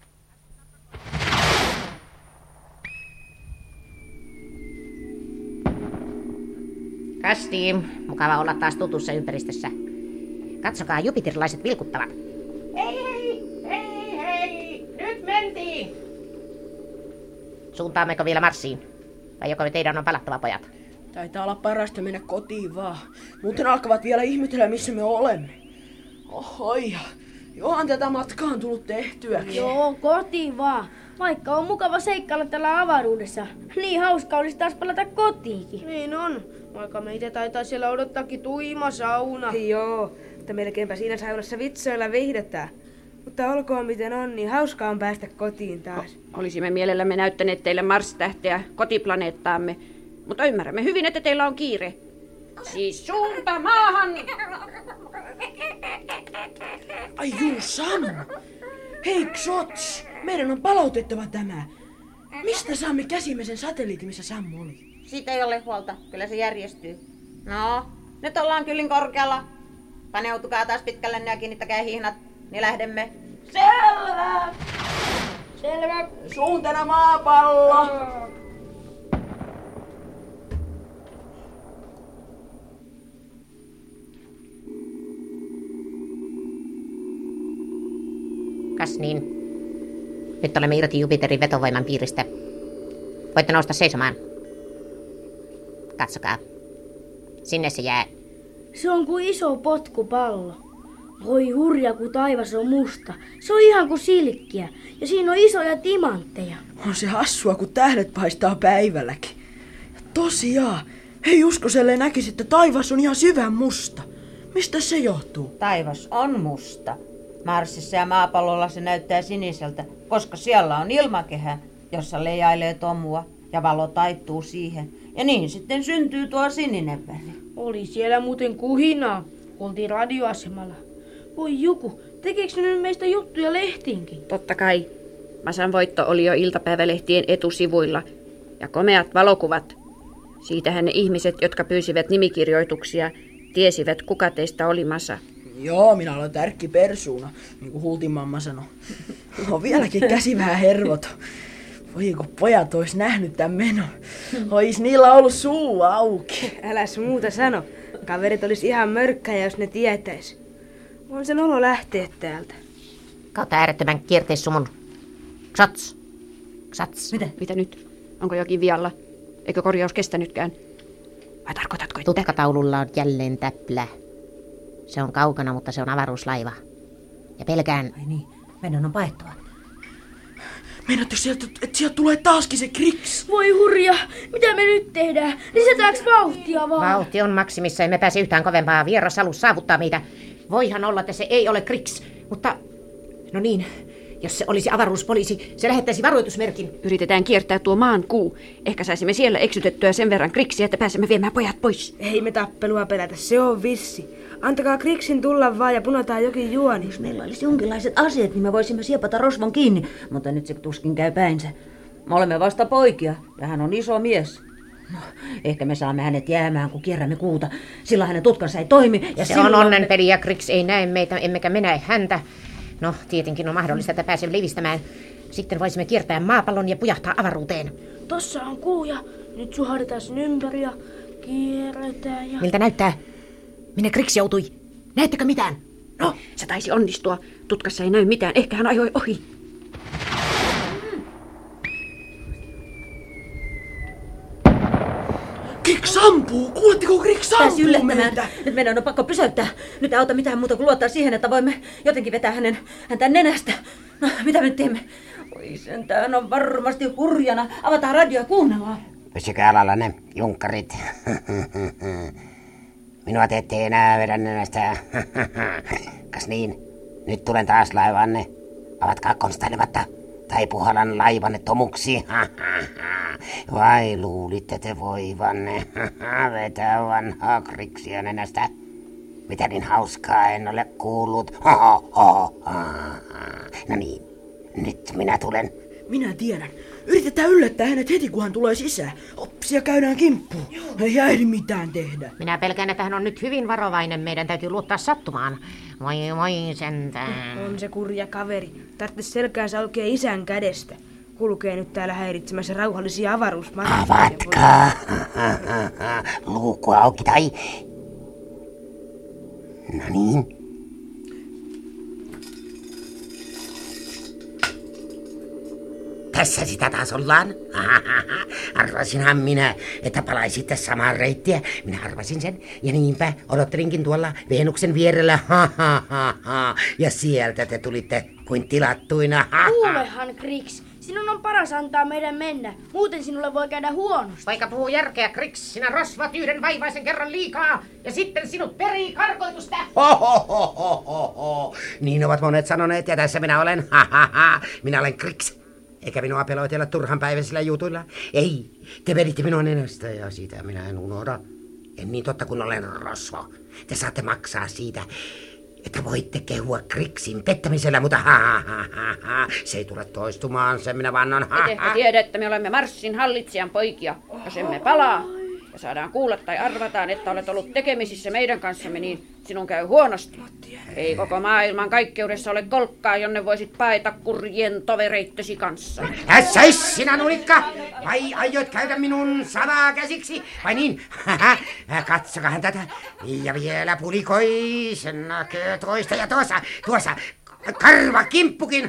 Kasti, mukava olla taas tutussa ympäristössä. Katsokaa, jupiterialaiset vilkuttavat. Hei, hei, hei, hei, nyt mentiin. Suuntaammeko vielä marssiin? Vai joko teidän on palattava, pojat? Taitaa olla parasta mennä kotiin vaan. Muuten alkavat vielä ihmetellä, missä me olemme. Ohoi, johan tätä matkaa on tullut tehtyäkin. Joo, kotiin vaan. Vaikka on mukava seikkailla tällä avaruudessa. Niin hauska olisi taas palata kotiinkin. Niin on. Vaikka meitä taitaa siellä odottaakin tuima sauna. Joo, mutta melkeinpä siinä saunassa vitsoilla viihdetään. Mutta olkoon miten on, niin hauskaa on päästä kotiin taas. Olisimme mielellämme näyttäneet teille Mars-tähteä, kotiplaneettaamme. Mutta ymmärrämme hyvin, että teillä on kiire. Siis suunta maahan! Ai juu, Samu! Hei, Xots! Meidän on palautettava tämä. Mistä saamme käsimme sen satelliitin, missä Sammu oli? Siitä ei ole huolta. Kyllä se järjestyy. No, nyt ollaan kyllin korkealla. Paneutukaa taas pitkälle ja kiinnittäkää hihnat. Niin lähdemme. Selvä! Selvä. Suuntana maapallo! Kas niin. Nyt olemme irti Jupiterin vetovoiman piiristä. Voitte nousta seisomaan. Katsokaa. Sinne se jää. Se on kuin iso potkupallo. Voi hurja, kun taivas on musta. Se on ihan kuin silkkiä. Ja siinä on isoja timantteja. On se hassua, kun tähdet paistaa päivälläkin. Ja tosiaan, hei Uskoselle näkisi, että taivas on ihan syvän musta. Mistä se johtuu? Taivas on musta. Marsissa ja maapallolla se näyttää siniseltä, koska siellä on ilmakehä, jossa leijailee tomua ja valo taittuu siihen. Ja niin sitten syntyy tuo sininen väri. Oli siellä muuten kuhinaa. Oltiin radioasemalla. Voi Juku, tekeekö ne nyt meistä juttuja lehtiinkin? Totta kai. Masan voitto oli jo iltapäivälehtien etusivuilla. Ja komeat valokuvat. Siitähän ne ihmiset, jotka pyysivät nimikirjoituksia, tiesivät, kuka teistä oli Masa. Joo, minä olen tärkki persuuna, niin kuin Hultin mamma sanoi. On vieläkin käsi vähän hervoton. Voi kun pojat ois nähnyt tän menon. Ois niillä ollut suu auki. Äläs muuta sano. Kaverit olis ihan mörkkäjä, jos ne tietäis. On sen olo lähteä täältä. Kautta äärettömän kierteissumun. Xots. Xots. Mitä? Mitä nyt? Onko jokin vialla? Eikö korjaus kestänytkään? Vai tarkoitatko, että... Tutkataululla on jälleen täplä. Se on kaukana, mutta se on avaruuslaiva. Ja pelkään... Ai niin, meidän on paettava. Meinaatko sieltä, että sieltä tulee taaskin se Kriks? Voi hurja, mitä me nyt tehdään? Lisätäänkö vauhtia vaan? Vauhti on maksimissa, emme pääse yhtään kovempaa. Vieras alus saavuttaa meitä. Voihan olla, että se ei ole Kriks, mutta... No niin, jos se olisi avaruuspoliisi, se lähettäisi varoitusmerkin. Yritetään kiertää tuo maan kuu. Ehkä saisimme siellä eksytettyä sen verran Kriksiä, että pääsemme viemään pojat pois. Ei me tappelua pelätä, se on vissi. Antakaa Kriksin tulla vaan ja punotaan jokin juoni. Jos meillä olisi jonkinlaiset aseet, niin me voisimme siepata rosvon kiinni, mutta nyt se tuskin käy päinsä. Me olemme vasta poikia ja hän on iso mies. No, ehkä me saamme hänet jäämään, kun kierrämme kuuta. Silloin hänen tutkansa ei toimi. Ja se silloin... on onnenpeli ja Kriks ei näe meitä, emmekä me näe häntä. No, tietenkin on mahdollista, että pääsemme levistämään. Sitten voisimme kiertää maapallon ja pujahtaa avaruuteen. Tossa on kuu ja nyt suhahdetaan sen ympäri ja kierretään ja... Miltä näyttää? Minne Kriks joutui? Näettekö mitään? No, se taisi onnistua. Tutkassa ei näy mitään. Ehkä hän ajoi ohi. Kriks ampuu! Kuuletteko, Kriks ampuu meitä? Nyt meidän on pakko pysäyttää. Nyt ei auta mitään muuta kuin luottaa siihen, että voimme jotenkin vetää hänen, häntä nenästä. No, mitä me nyt teemme? Oi sentään on varmasti hurjana. Avataan radio ja kuunnellaan. Pysykää alallanne, junkkarit. Minua te ette enää vedä nenästä. Kas niin? Nyt tulen taas laivanne. Avatkaa konstailematta. Tai puhalan laivanne tomuksi. Vai luulitte te voivanne vetää vanhaa Kriksia nenästä? Mitä niin hauskaa en ole kuullut. No niin, nyt minä tulen. Minä tiedän. Yritetään yllättää hänet heti, kun hän tulee sisään. Opsia käydään kimppuun. Ei äidi mitään tehdä. Minä pelkään, että hän on nyt hyvin varovainen. Meidän täytyy luottaa sattumaan. Voi voi sentään. On se kurja kaveri. Tarvitsisi selkäänsä oikein isän kädestä. Kulkee nyt täällä häiritsemässä rauhallisia avaruusmatkoja. Avatkaa. Luukku auki tai... No niin. Tässä sitä taas ollaan. Arvasinhan minä, että palaisitte samaan reittiä. Minä arvasin sen. Ja niinpä odottelinkin tuolla Venuksen vierellä. Ja sieltä te tulitte kuin tilattuina. Kuulehan, Kriks. Sinun on paras antaa meidän mennä. Muuten sinulle voi käydä huonosti. Vaikka puhuu järkeä, Kriks. Sinä rosvat yhden vaivaisen kerran liikaa. Ja sitten sinut perii karkoitusta. Hohohohoho. Niin ovat monet sanoneet ja tässä minä olen. Minä olen Kriks. Eikä minua peloitella turhanpäiväisillä jutuilla. Ei, te veditte minua nenästä ja siitä minä en unohda. En niin totta kun olen rosvo. Te saatte maksaa siitä, että voitte kehua Kriksin pettämisellä, mutta ha, ha, ha, ha. Se ei tule toistumaan, sen minä vannon. Et ehkä tiedä, että me olemme Marssin hallitsijan poikia. Jos emme palaa ja saadaan kuulla tai arvataan, että olet ollut tekemisissä meidän kanssamme, niin sinun käy huonosti. Ei koko maailman kaikkeudessa ole kolkkaa, jonne voisit paeta kurjien tovereittesi kanssa. Ässäis sinä nulikka! Vai aiot käydä minun sanaa käsiksi? Vai niin? Katsokahan tätä. Ja vielä pulikoi, sen näkee toista ja tuossa, tuossa karvakimppukin.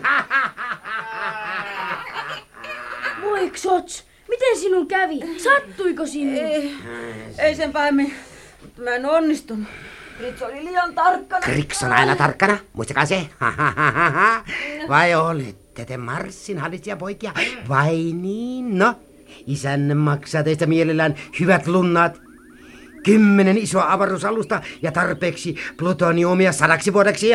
Voi Xots, miten sinun kävi? Sattuiko sinun? Ei, ei sen pahemmin. Mä en onnistunut. Kriks oli liian tarkkana. Kriks on aina tarkkana, muistakaa se. Vai olette te Marssin hallitsijapoikia? Vai niin? No, isänne maksaa teistä mielellään hyvät lunnat. Kymmenen isoa avaruusalusta ja tarpeeksi plutoniumia sadaksi vuodeksi.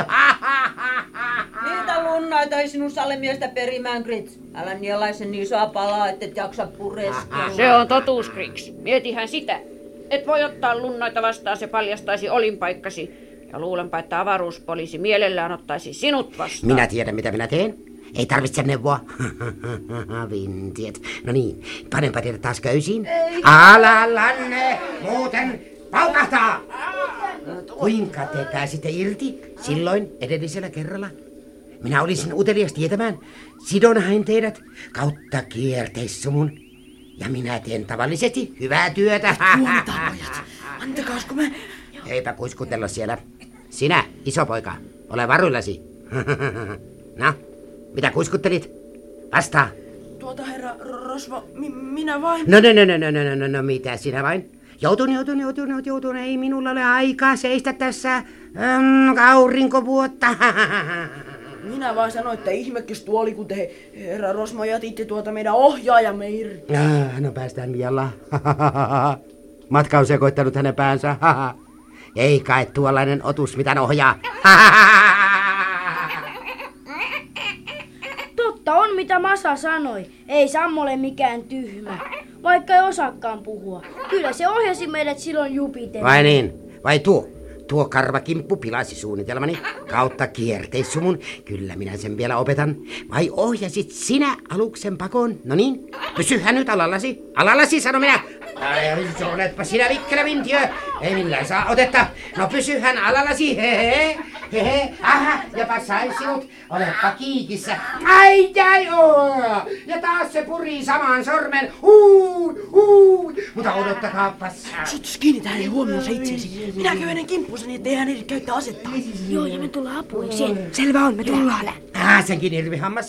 Niitä lunnaita ei sinun salemiestä perimään, Kriks. Älä nielaisen niin isoa palaa, ettet jaksa pureskella. Se on totuus, Kriks. Mietihän sitä. Et voi ottaa lunnaita vastaan, se paljastaisi olinpaikkasi. Ja luulenpa, että avaruuspoliisi mielellään ottaisi sinut vastaan. Minä tiedän, mitä minä teen. Ei tarvitse neuvoa. Vintiet. No niin, panenpa teidät taas köysiin. Alallanne, muuten paukahtaa! Kuinka te pääsitte irti silloin edellisellä kerralla? Minä olisin utelias tietämään. Sidonhain teidät kautta kierteissumun. Ja minä teen tavallisesti hyvää työtä. Huomitaan, pojat. Antakaasko mä... Eipä kuiskutella siellä. Sinä, iso poika, ole varuillasi. No, mitä kuiskuttelit? Vastaa. Tuota herra Rosvo, mi- minä vain... No, no, no, no, no, no, no, no, mitä sinä vain? Joutun, joutun, joutun, joutun, ei minulla ole aikaa seistä tässä ähm, aurinkovuotta. Minä vaan sanoin, että ihmekys tuoli, kun te, herra Rosmo, jätitte tuota meidän ohjaajamme irti. Ah, no päästään vielä. Matka on sekoittanut hänen päänsä. Ei kai tuollainen otus mitään ohjaa. Totta on, mitä Masa sanoi. Ei Sammo ole mikään tyhmä. Vaikka ei osaakaan puhua. Kyllä se ohjasi meidät silloin Jupiterin. Vai niin? Vai tuo? Tuo karvakimppu pilasi suunnitelmani kautta kierteissumun. Kyllä minä sen vielä opetan. Vai ohjasit sinä aluksen pakoon? No niin, pysyhän nyt alallasi. Alallasi, sano minä. Ai, oletpa sinä vikkelä vintiö. Ei millään saa otetta. No pysyhän alallasi. Hehe, hehe, aha, jopa sain sinut. Oletpa kiikissä. Ai, ai, oo. Ja taas se purii samaan sormen. Huu, huu. Mutta odottakaapas. Sotus, kiinnitään huomionsa itseesi. Minä käyn kimppuunsa niin, ettei hän ehdi käyttää asetta. Joo, ja me tullaan apuiksi. Selvä on, me tullaan. Ah, senkin irvihammas.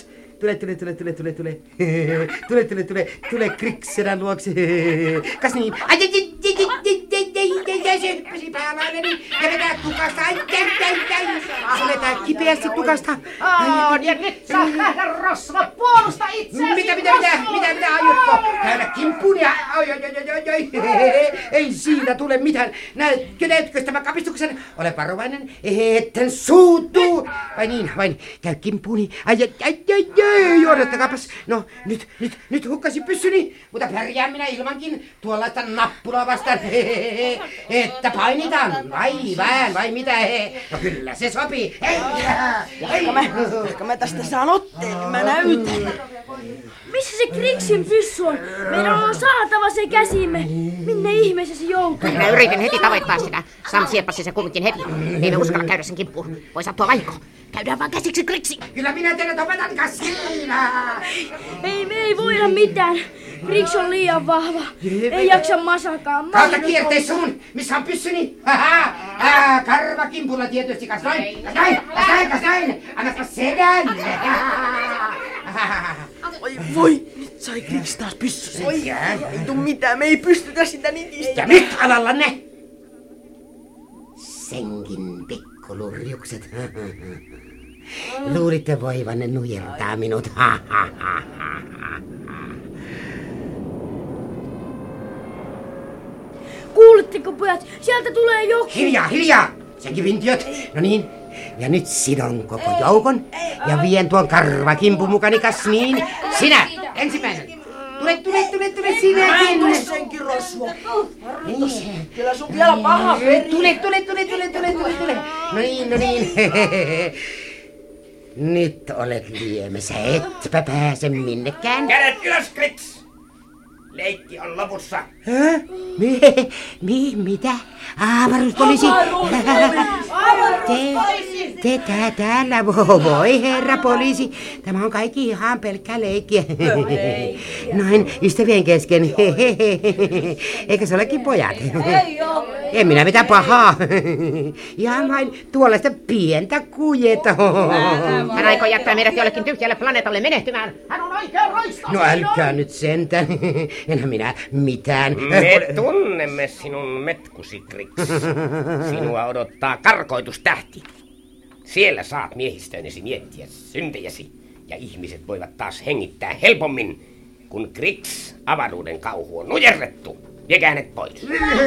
Tule, tule, tule, tule, tule, tule. Tule, tule, tule, tule Krikselän luokse. Kas niin? Ai, ai, ai, ai, ai, ai, ai, ai, se hyppäsi päälailleni ja vetää tukasta. Ai, ai, ai, ai. Se vetää kipeästi tukasta. On, ja nyt saa nähdä rosva puolusta itseäsi. Mitä, mitä, mitä, mitä, mitä aiotko? Käydä kimppuun ja... Ai, ai, ai, ai, ai. Ei siitä tule mitään. Näetkö, näetkö tämä kapistuksen? Ole varovainen, etten suutu. Vai niin, vain käy kimppuuni. Ai, ai, ai, ai, ai. Odottakaapas. No, nyt, nyt, nyt hukkasin pyssyni. Mutta pärjään minä ilmankin tuollaista nappulaa vastaan. Että painitaan. Vai, vähän, vai mitä? No kyllä se sopii. Hei, Ehkä mä, ehkä mä tästä saan otteen, niin mä näytän. Missä se Kriksin pyssy on? Meidän on saatava se käsimme. Minne ihmeessä se joutuu? Minä yritin heti tavoittaa sitä. Sam sieppasi se kumminkin heti. Me emme uskalla käydä sen kimppuun. Voi sattua vahinko. Käydään vaan käsiksi, Kriksi. Kyllä minä teidät opetan käsiinä. Ei, me ei voida mitään. Kriks on liian vahva. Ei jaksa masakaan. Kautta kierteen suun. Missä on pyssyni? Haha. Ah, karva kimpulla tietysti. Kas noin. Kas näin. Kas näin. Kas näin. Annaspa sedän. Oi voi, nyt sai Kriks taas pyssysen. Oi, ei tuu mitään, me ei pystytä sitä nitistä. Ja nyt alallanne. Senkin pikkulurjukset. Luulitte voivanne nujertaa minut. Kuuletteko pojat? Sieltä tulee joku. Hiljaa, hiljaa! Senkin vintiöt. No niin. Ja nyt sidon koko joukon ja vien tuon karvakimpun mukani, kas niin. Sinä, ensimmäinen. Tule, tule, tule, tule sinäkin. Mä en senkin rosvo. Varmitos. Kyllä sun vielä paha veri. Tule, tule, tule, tule, tule, tule, tule. No niin, no niin. Nyt olet liemessä, etpä pääse minnekään. Kädet ylös, Kriks! Leikki on lopussa. Hä? Mi, mi, mitä? Avaruuspoliisi? Te, te tää, täällä, voi herra poliisi. Tämä on kaikki ihan pelkkää leikkiä. Noin, ystävien kesken. Eikä se olekin pojat? En minä mitään pahaa. Ihan vain tuollaista pientä kujetoa. Hän aikoo jättää meidät jollekin tyhjälle planeetalle menehtymään. Hän on oikein roistossa. No älkää nyt sentään. Enhän minä mitään. Me tunnemme sinun metkusi, Kriks. Sinua odottaa karkoitustähti. Siellä saat miehistöinesi miettiä syntejäsi, ja ihmiset voivat taas hengittää helpommin, kun Kriks avaruuden kauhu on nujerrettu. Viekää hänet pois.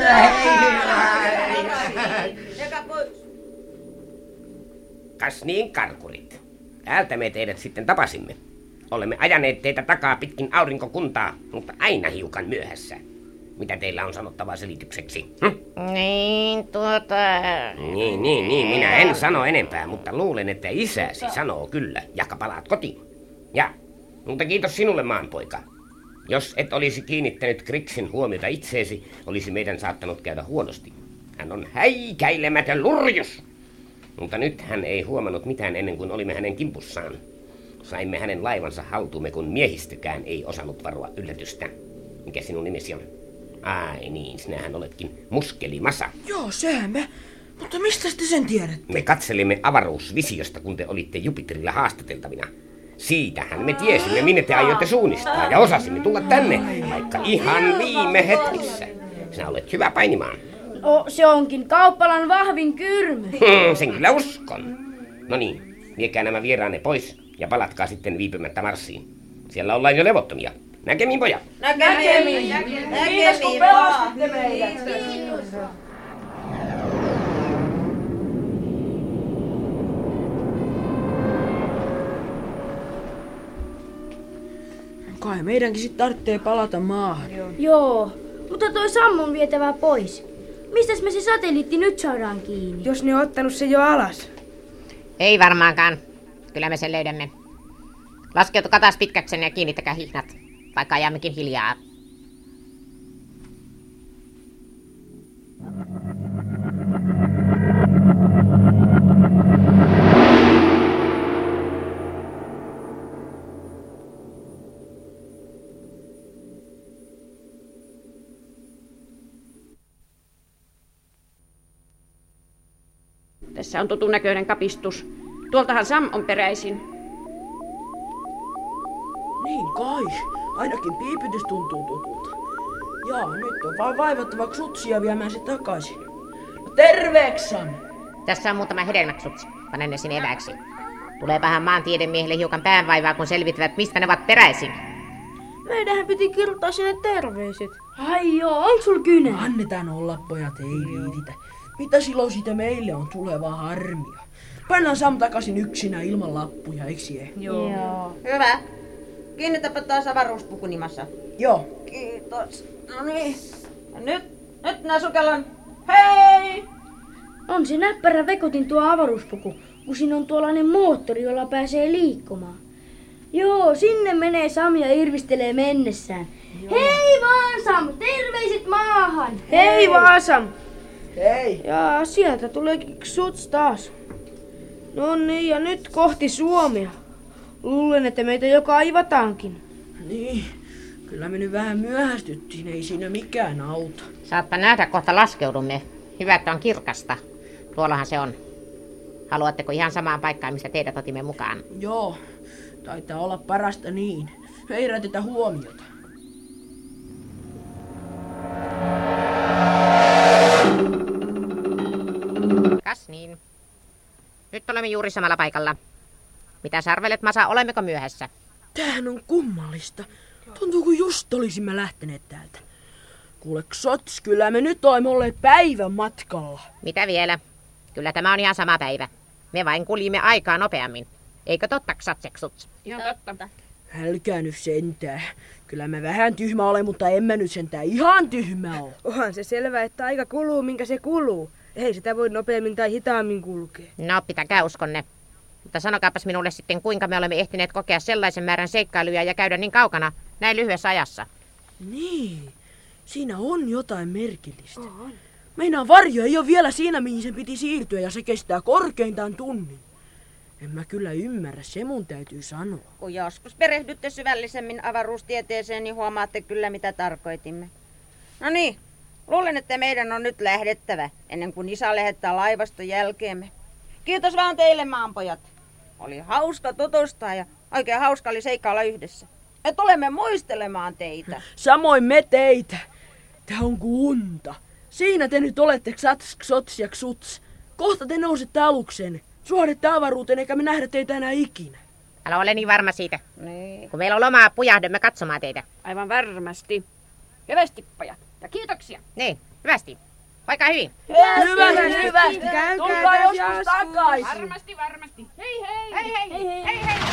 Kas niin, karkurit. Täältä me teidät sitten tapasimme. Olemme ajaneet teitä takaa pitkin aurinkokuntaa, mutta aina hiukan myöhässä. Mitä teillä on sanottavaa selitykseksi? Hm? Niin, tuota... Niin, niin, niin. Minä en sano enempää, mutta luulen, että isäsi sanoo kyllä. Jahka palaat kotiin. Ja, mutta kiitos sinulle, maanpoika. Jos et olisi kiinnittänyt Kriksin huomiota itseesi, olisi meidän saattanut käydä huonosti. Hän on häikäilemätön lurjus. Mutta nyt hän ei huomannut mitään ennen kuin olimme hänen kimpussaan. Saimme hänen laivansa haltuumme, kun miehistykään ei osannut varoa yllätystä. Mikä sinun nimesi on? Ai niin, sinähän oletkin Muskeli Masa. Joo, sehän me. Mutta mistä te sen tiedätte? Me katselimme avaruusvisiosta, kun te olitte Jupiterilla haastateltavina. Siitähän me tiesimme, minne te aiotte suunnistaa, ja osasimme tulla tänne, vaikka ihan viime hetkessä. Sinä olet hyvä painimaan. O, se onkin kauppalan vahvin kyrmy. Hmm, sen kyllä uskon. No niin, viekää nämä vieraanne pois ja palatkaa sitten viipymättä Marsiin. Siellä ollaan jo levottomia. Näkemiin, pojat. Näkemiin. Kiitos, kun pelastitte meidät. Kai meidänkin sit tarvitsee palata maahan. Joo, mutta toi Sam on vietävä pois. Mistäs me se satelliitti nyt saadaan kiinni? Jos ne on ottanut se jo alas. Ei varmaankaan. Kyllä me sen löydämme. Laskeutukaa taas pitkäksenne ja kiinnittäkää hihnat, vaikka ajammekin hiljaa. Tässä on tutun näköinen kapistus. Tuoltahan Sam on peräisin. kai. Ainakin piipitys tuntuu tutulta. Jaa, nyt on vaan vaivattava Ksutsia viemään se takaisin. No terveeks, Sami! Tässä on muutama hedelmäksutsi. Panen ne sinne eväksi. Tuleepahan maantiedemiehelle hiukan päänvaivaa, kun selvittävät, mistä ne ovat peräisin. Meidänhän piti kirjoittaa sinne terveiset. Ai joo, onks sul kynä? Annetaan olla, pojat, ei viititä. Mitä silloin siitä meille on tulevaa harmia? Pannaan Sam takaisin yksinä ilman lappuja, eiks jee? Joo. Joo. Hyvä. Kiinnitäpä taas avaruuspukuni, Massa. Joo. Kiitos. No niin. Ja nyt, nyt nää sukellan. Hei! On se näppärä vekotin tuo avaruuspuku, kun siinä on tuollainen moottori, jolla pääsee liikkumaan. Joo, sinne menee Sam ja irvistelee mennessään. Joo. Hei vaan Sam, terveiset maahan! Hei, Hei vaan Sam! Hei! Ja sieltä tuleekin Ksuts taas. No niin, ja nyt kohti Suomea. Luulen, että meitä jo kaivataankin. Niin, kyllä me nyt vähän myöhästyttiin, ei siinä mikään auta. Saattaa nähdä, kohta laskeudumme. Hyvä, että on kirkasta. Tuollahan se on. Haluatteko ihan samaan paikkaan, mistä teidät otimme mukaan? Joo, taitaa olla parasta niin. Me ei herätetä huomiota. Kas niin. Nyt olemme juuri samalla paikalla. Mitä sarvelet, Masa, olemmeko myöhässä? Tämähän on kummallista. Tuntuu, kuin just olisimme lähteneet täältä. Kuule, Ksots, kyllä me nyt olemme olleet päivän matkalla. Mitä vielä? Kyllä tämä on ihan sama päivä. Me vain kuljimme aikaa nopeammin. Eikö totta, Ksatseksuts? Ihan totta. Älkää nyt sentään. Kyllä mä vähän tyhmä olen, mutta en mä nyt sentään ihan tyhmä ole. Onhan se selvä, että aika kuluu, minkä se kuluu. Ei sitä voi nopeammin tai hitaammin kulkea. No, pitäkää uskonne. Mutta sanokaapas minulle sitten, kuinka me olemme ehtineet kokea sellaisen määrän seikkailuja ja käydä niin kaukana, näin lyhyessä ajassa. Niin, siinä on jotain merkillistä. On. Meinaan varjo ei ole vielä siinä, mihin sen piti siirtyä, ja se kestää korkeintaan tunnin. En mä kyllä ymmärrä, se mun täytyy sanoa. Kun joskus perehdytte syvällisemmin avaruustieteeseen, niin huomaatte kyllä, mitä tarkoitimme. No niin, luulen, että meidän on nyt lähdettävä, ennen kuin isä lähettää laivaston jälkeemme. Kiitos vaan teille, maanpojat. Oli hauska tutustua ja oikein hauska oli seikkailla yhdessä. Me tulemme muistelemaan teitä. Samoin me teitä. Tää on kuin unta. Siinä te nyt olette, Ksats, Ksots ja Ksuts. Kohta te nousette alukseen. Suohdette avaruuteen, eikä me nähdä teitä enää ikinä. Älä ole niin varma siitä. Niin. Kun meillä on lomaa, pujahdamme katsomaan teitä. Aivan varmasti. Hyvästi, pojat. Ja kiitoksia. Niin, hyvästi. Vaikka hyvin. Hyvästi, hyvästi. hyvästi. Tulkaa joskus takaisin. Varmasti, varmasti. Hei hei. Hei hei. Hei hei. hei, hei.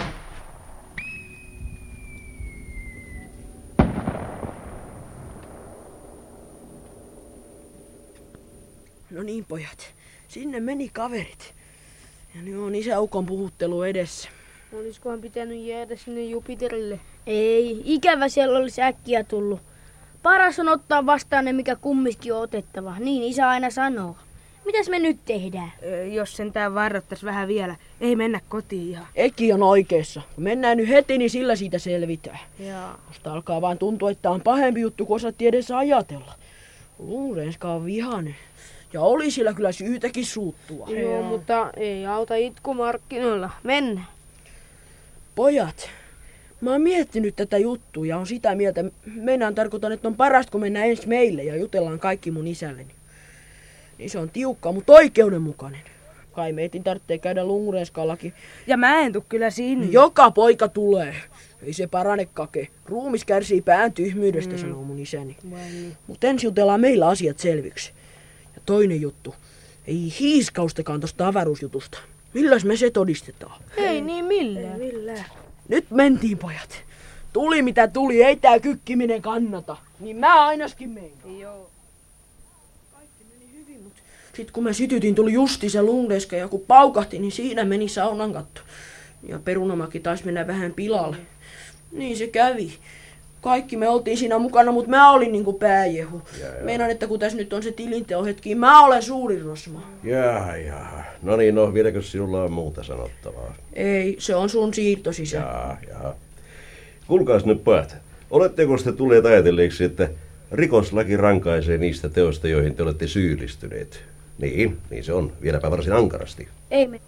No niin, pojat. Sinne meni kaverit. Ja nyt on isäukon puhuttelu edessä. Olisikohan pitänyt jäädä sinne Jupiterille? Ei, ikävä siellä olisi äkkiä tullut. Paras on ottaa vastaan ne, mikä kumminkin on otettava. Niin isä aina sanoo. Mitäs me nyt tehdään? Ee, jos sentään varrottais vähän vielä. Ei mennä kotiin ihan. Eki on oikeassa. Kun mennään nyt heti, niin sillä siitä selvitään. Jaa. Musta alkaa vaan tuntua, että on pahempi juttu, kun osattiin edes ajatella. Luurenska on vihainen. Ja oli sillä kyllä syytäkin suuttua. Joo, Jaa. Mutta ei auta itku markkinoilla. Mennään. Pojat, mä oon miettinyt tätä juttua ja on sitä mieltä, meinaan tarkoitan, että on parasta, kun mennään ensin meille ja jutellaan kaikki mun isälleni. Niin se on tiukka, mutta oikeudenmukainen. Kai meitin tarvitsee käydä Lungrenskallakin. Ja mä en tuu kyllä sinne. Joka poika tulee. Ei se parane, kake. Ruumis kärsii pään tyhmyydestä, mm. sanoo mun isäni. Niin. Mutta ensin jutellaan meillä asiat selviksi. Ja toinen juttu. Ei hiiskaustakaan tosta avaruusjutusta. Milläs me se todistetaan? Ei niin millään. Ei millään. Nyt mentiin, pojat. Tuli mitä tuli, ei tää kykkiminen kannata. Niin mä ainakin mein. Joo. Kaikki meni hyvin, mut sit kun mä sytytin, tuli justi se Lungreska ja kun paukahti, niin siinä meni saunan katto. Ja perunamaki taisi mennä vähän pilalle. Niin se kävi. Kaikki me oltiin siinä mukana, mutta mä olin niinku pääjehu. Meinaan, että kun tässä nyt on se tilinteon hetki, mä olen suuri rosma. Jaa, jaa. No niin, no vieläkö sinulla on muuta sanottavaa? Ei, se on sun siirtosisä. Jaa, jaa. Kuulkaas nyt pojat, oletteko te tulleet ajatelleeksi, että rikoslaki rankaisee niistä teoista, joihin te olette syyllistyneet? Niin, niin se on. Vieläpä varsin ankarasti. Ei me.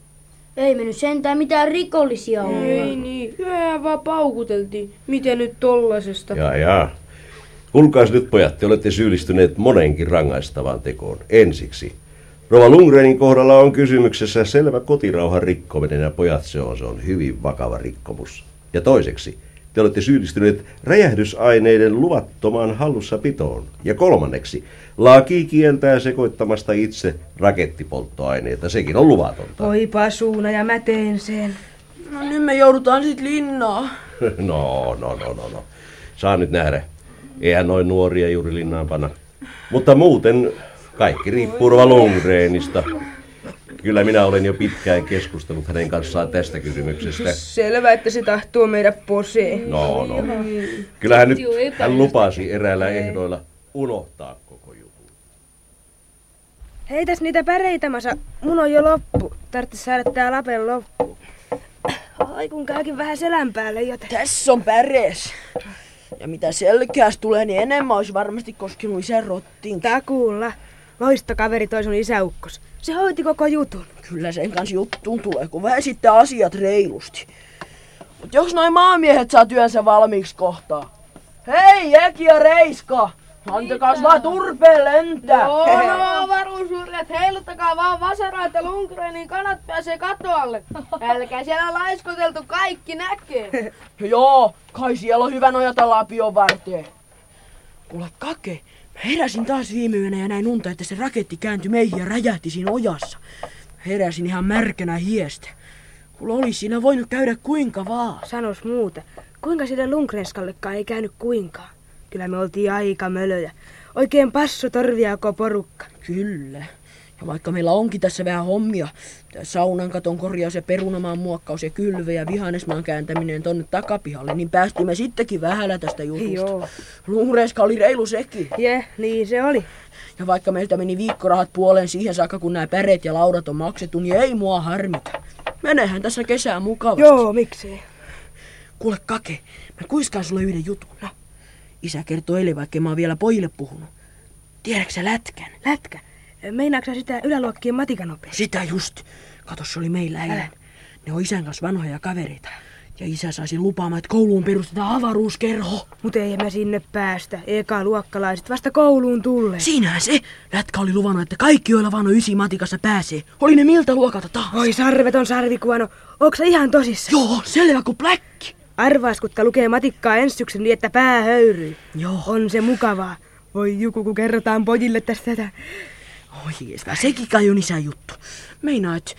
Ei me nyt sentään mitään rikollisia olla. Ei niin, mehän vaan paukuteltiin. Miten nyt tollasesta? Jaa, jaa. Kuulkaas nyt pojat, te olette syyllistyneet monenkin rangaistavaan tekoon. Ensiksi. Rova Lundgrenin kohdalla on kysymyksessä selvä kotirauhan rikkominen ja pojat se on, se on hyvin vakava rikkomus. Ja toiseksi, te olette syyllistyneet räjähdysaineiden luvattomaan hallussapitoon. Ja kolmanneksi, laki kieltää sekoittamasta itse rakettipolttoaineita, sekin on luvatonta. Oi pasuuna ja mä teen sen. No nyt me joudutaan sit linnaan. No, no, no, no, no. Saa nyt nähdä. Eihän noin nuoria juuri linnaan panna. Mutta muuten kaikki riippuu Rova Lundgrenista. Kyllä minä olen jo pitkään keskustellut hänen kanssaan tästä kysymyksestä. Selvä, että se tahtoo meidät poseen. No, no. Kyllähän nyt hän lupasi eräällä ehdoilla unohtaa koko jutun. Heitäs niitä päreitä, Masa. Mun on jo loppu. Tarvitsis saada tää lapen loppu. Ai kun käykin vähän selän päälle joten. Tässä on pärees. Ja mitä selkeästi tulee, niin enemmän olisi varmasti koskenut isän rottiin. Takuulla. Loistokaveri toi sun isäukkos. Se hoiti koko jutun. Kyllä sen kanssa juttuun tulee, kun vähän sitten asiat reilusti. Mut jos noin maamiehet saa työnsä valmiiksi kohtaa. Hei, Eki ja Reiska! Antakaas vaan turpeen lentää! Joo, no avaruusurjat, heiluttakaa vaan vasaraa, että Lundgrenin kanat pääsee katoalle. Älkää siellä laiskoteltu, kaikki näkee. Joo, kai siellä on hyvä nojata lapion varteen. Kuule, Kake, mä heräsin taas viime yönä ja näin unta, että se raketti kääntyi meihin ja räjähti siinä ojassa. Heräsin ihan märkänä hiestä. Kuule, olisi siinä voinut käydä kuinka vaan. Sanos muuta. Kuinka sille Lundgrenskallekaan ei käynyt kuinkaan? Kyllä me oltiin aika mölöjä. Oikein passu torvia koko porukka. Kyllä. Ja vaikka meillä onkin tässä vähän hommia, tää saunan katon korjaus ja perunamaan muokkaus ja kylvö ja vihannesmaan kääntäminen tonne takapihalle, niin päästimme sittenkin vähällä tästä jutusta. Joo. Lundgrenska oli reilu sekin. Jeh, niin se oli. Ja vaikka meiltä meni viikkorahat puoleen siihen saakka, kun nämä päreet ja laudat on maksettu, niin ei mua harmita. Menehän tässä kesää mukavasti. Joo, miksei. Kuule, Kake, mä kuiskaan sulle yhden jutun. No. Isä kertoi eilen, vaikka mä oon vielä pojille puhunut. Tiedätkö sä lätkän? Lätkä? Meinaatko sä sitä yläluokkien matikanopeaa? Sitä just. Kato, se oli meillä eilen. Ne on isän kanssa vanhoja kavereita. Ja isä saisi lupaamaan, että kouluun perustetaan avaruuskerho. Mut ei me sinne päästä. Eka luokkalaiset vasta kouluun tulee. Siinähän se. Lätkä oli luvannut, että kaikki, joilla vaan on ysi matikassa pääsee. Oli ne miltä luokalta taas. Oi sarveton sarvikuono. Onko sä ihan tosissa? Joo, selvä kuin pläkki. Arvaaskutka lukee matikkaa ensi syksyn niin, että pää höyryy. Joo. On se mukavaa. Voi Juku, kun kerrotaan pojille tästä tätä. Oikeestaan, sekin kai on isän juttu. Meinaa, et...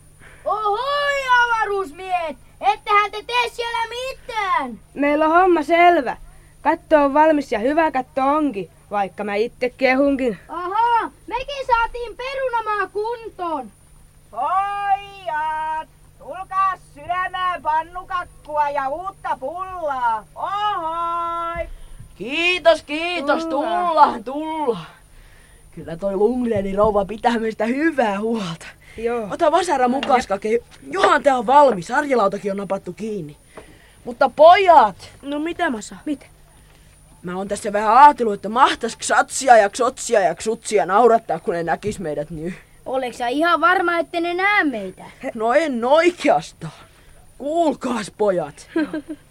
Ohoi, avaruusmiehet! Ettehän te tee siellä mitään! Meillä on homma selvä. Katto on valmis ja hyvä katto onkin, vaikka mä itse kehunkin. Ahaa, mekin saatiin perunamaa kuntoon. Pojat, tulkaa syömään pannukakkua ja uutta pullaa. Ohoi! Kiitos, kiitos, tullaan, tullaan. Kyllä toi Lundgrenin rouva pitää meistä hyvää huolta. Joo. Ota vasara mukaan, Kake. Johan tää on valmis, arjelautakin on napattu kiinni. Mutta pojat! No mitä Masa? Mitä? Mä oon tässä vähän aatellut, että mahtais ksatsia ja ksotsia ja ksutsia naurattaa, kun ne näkis meidät nyt. Oleks sä ihan varma, että ne näe meitä? No en oikeastaan. Kuulkaas, pojat.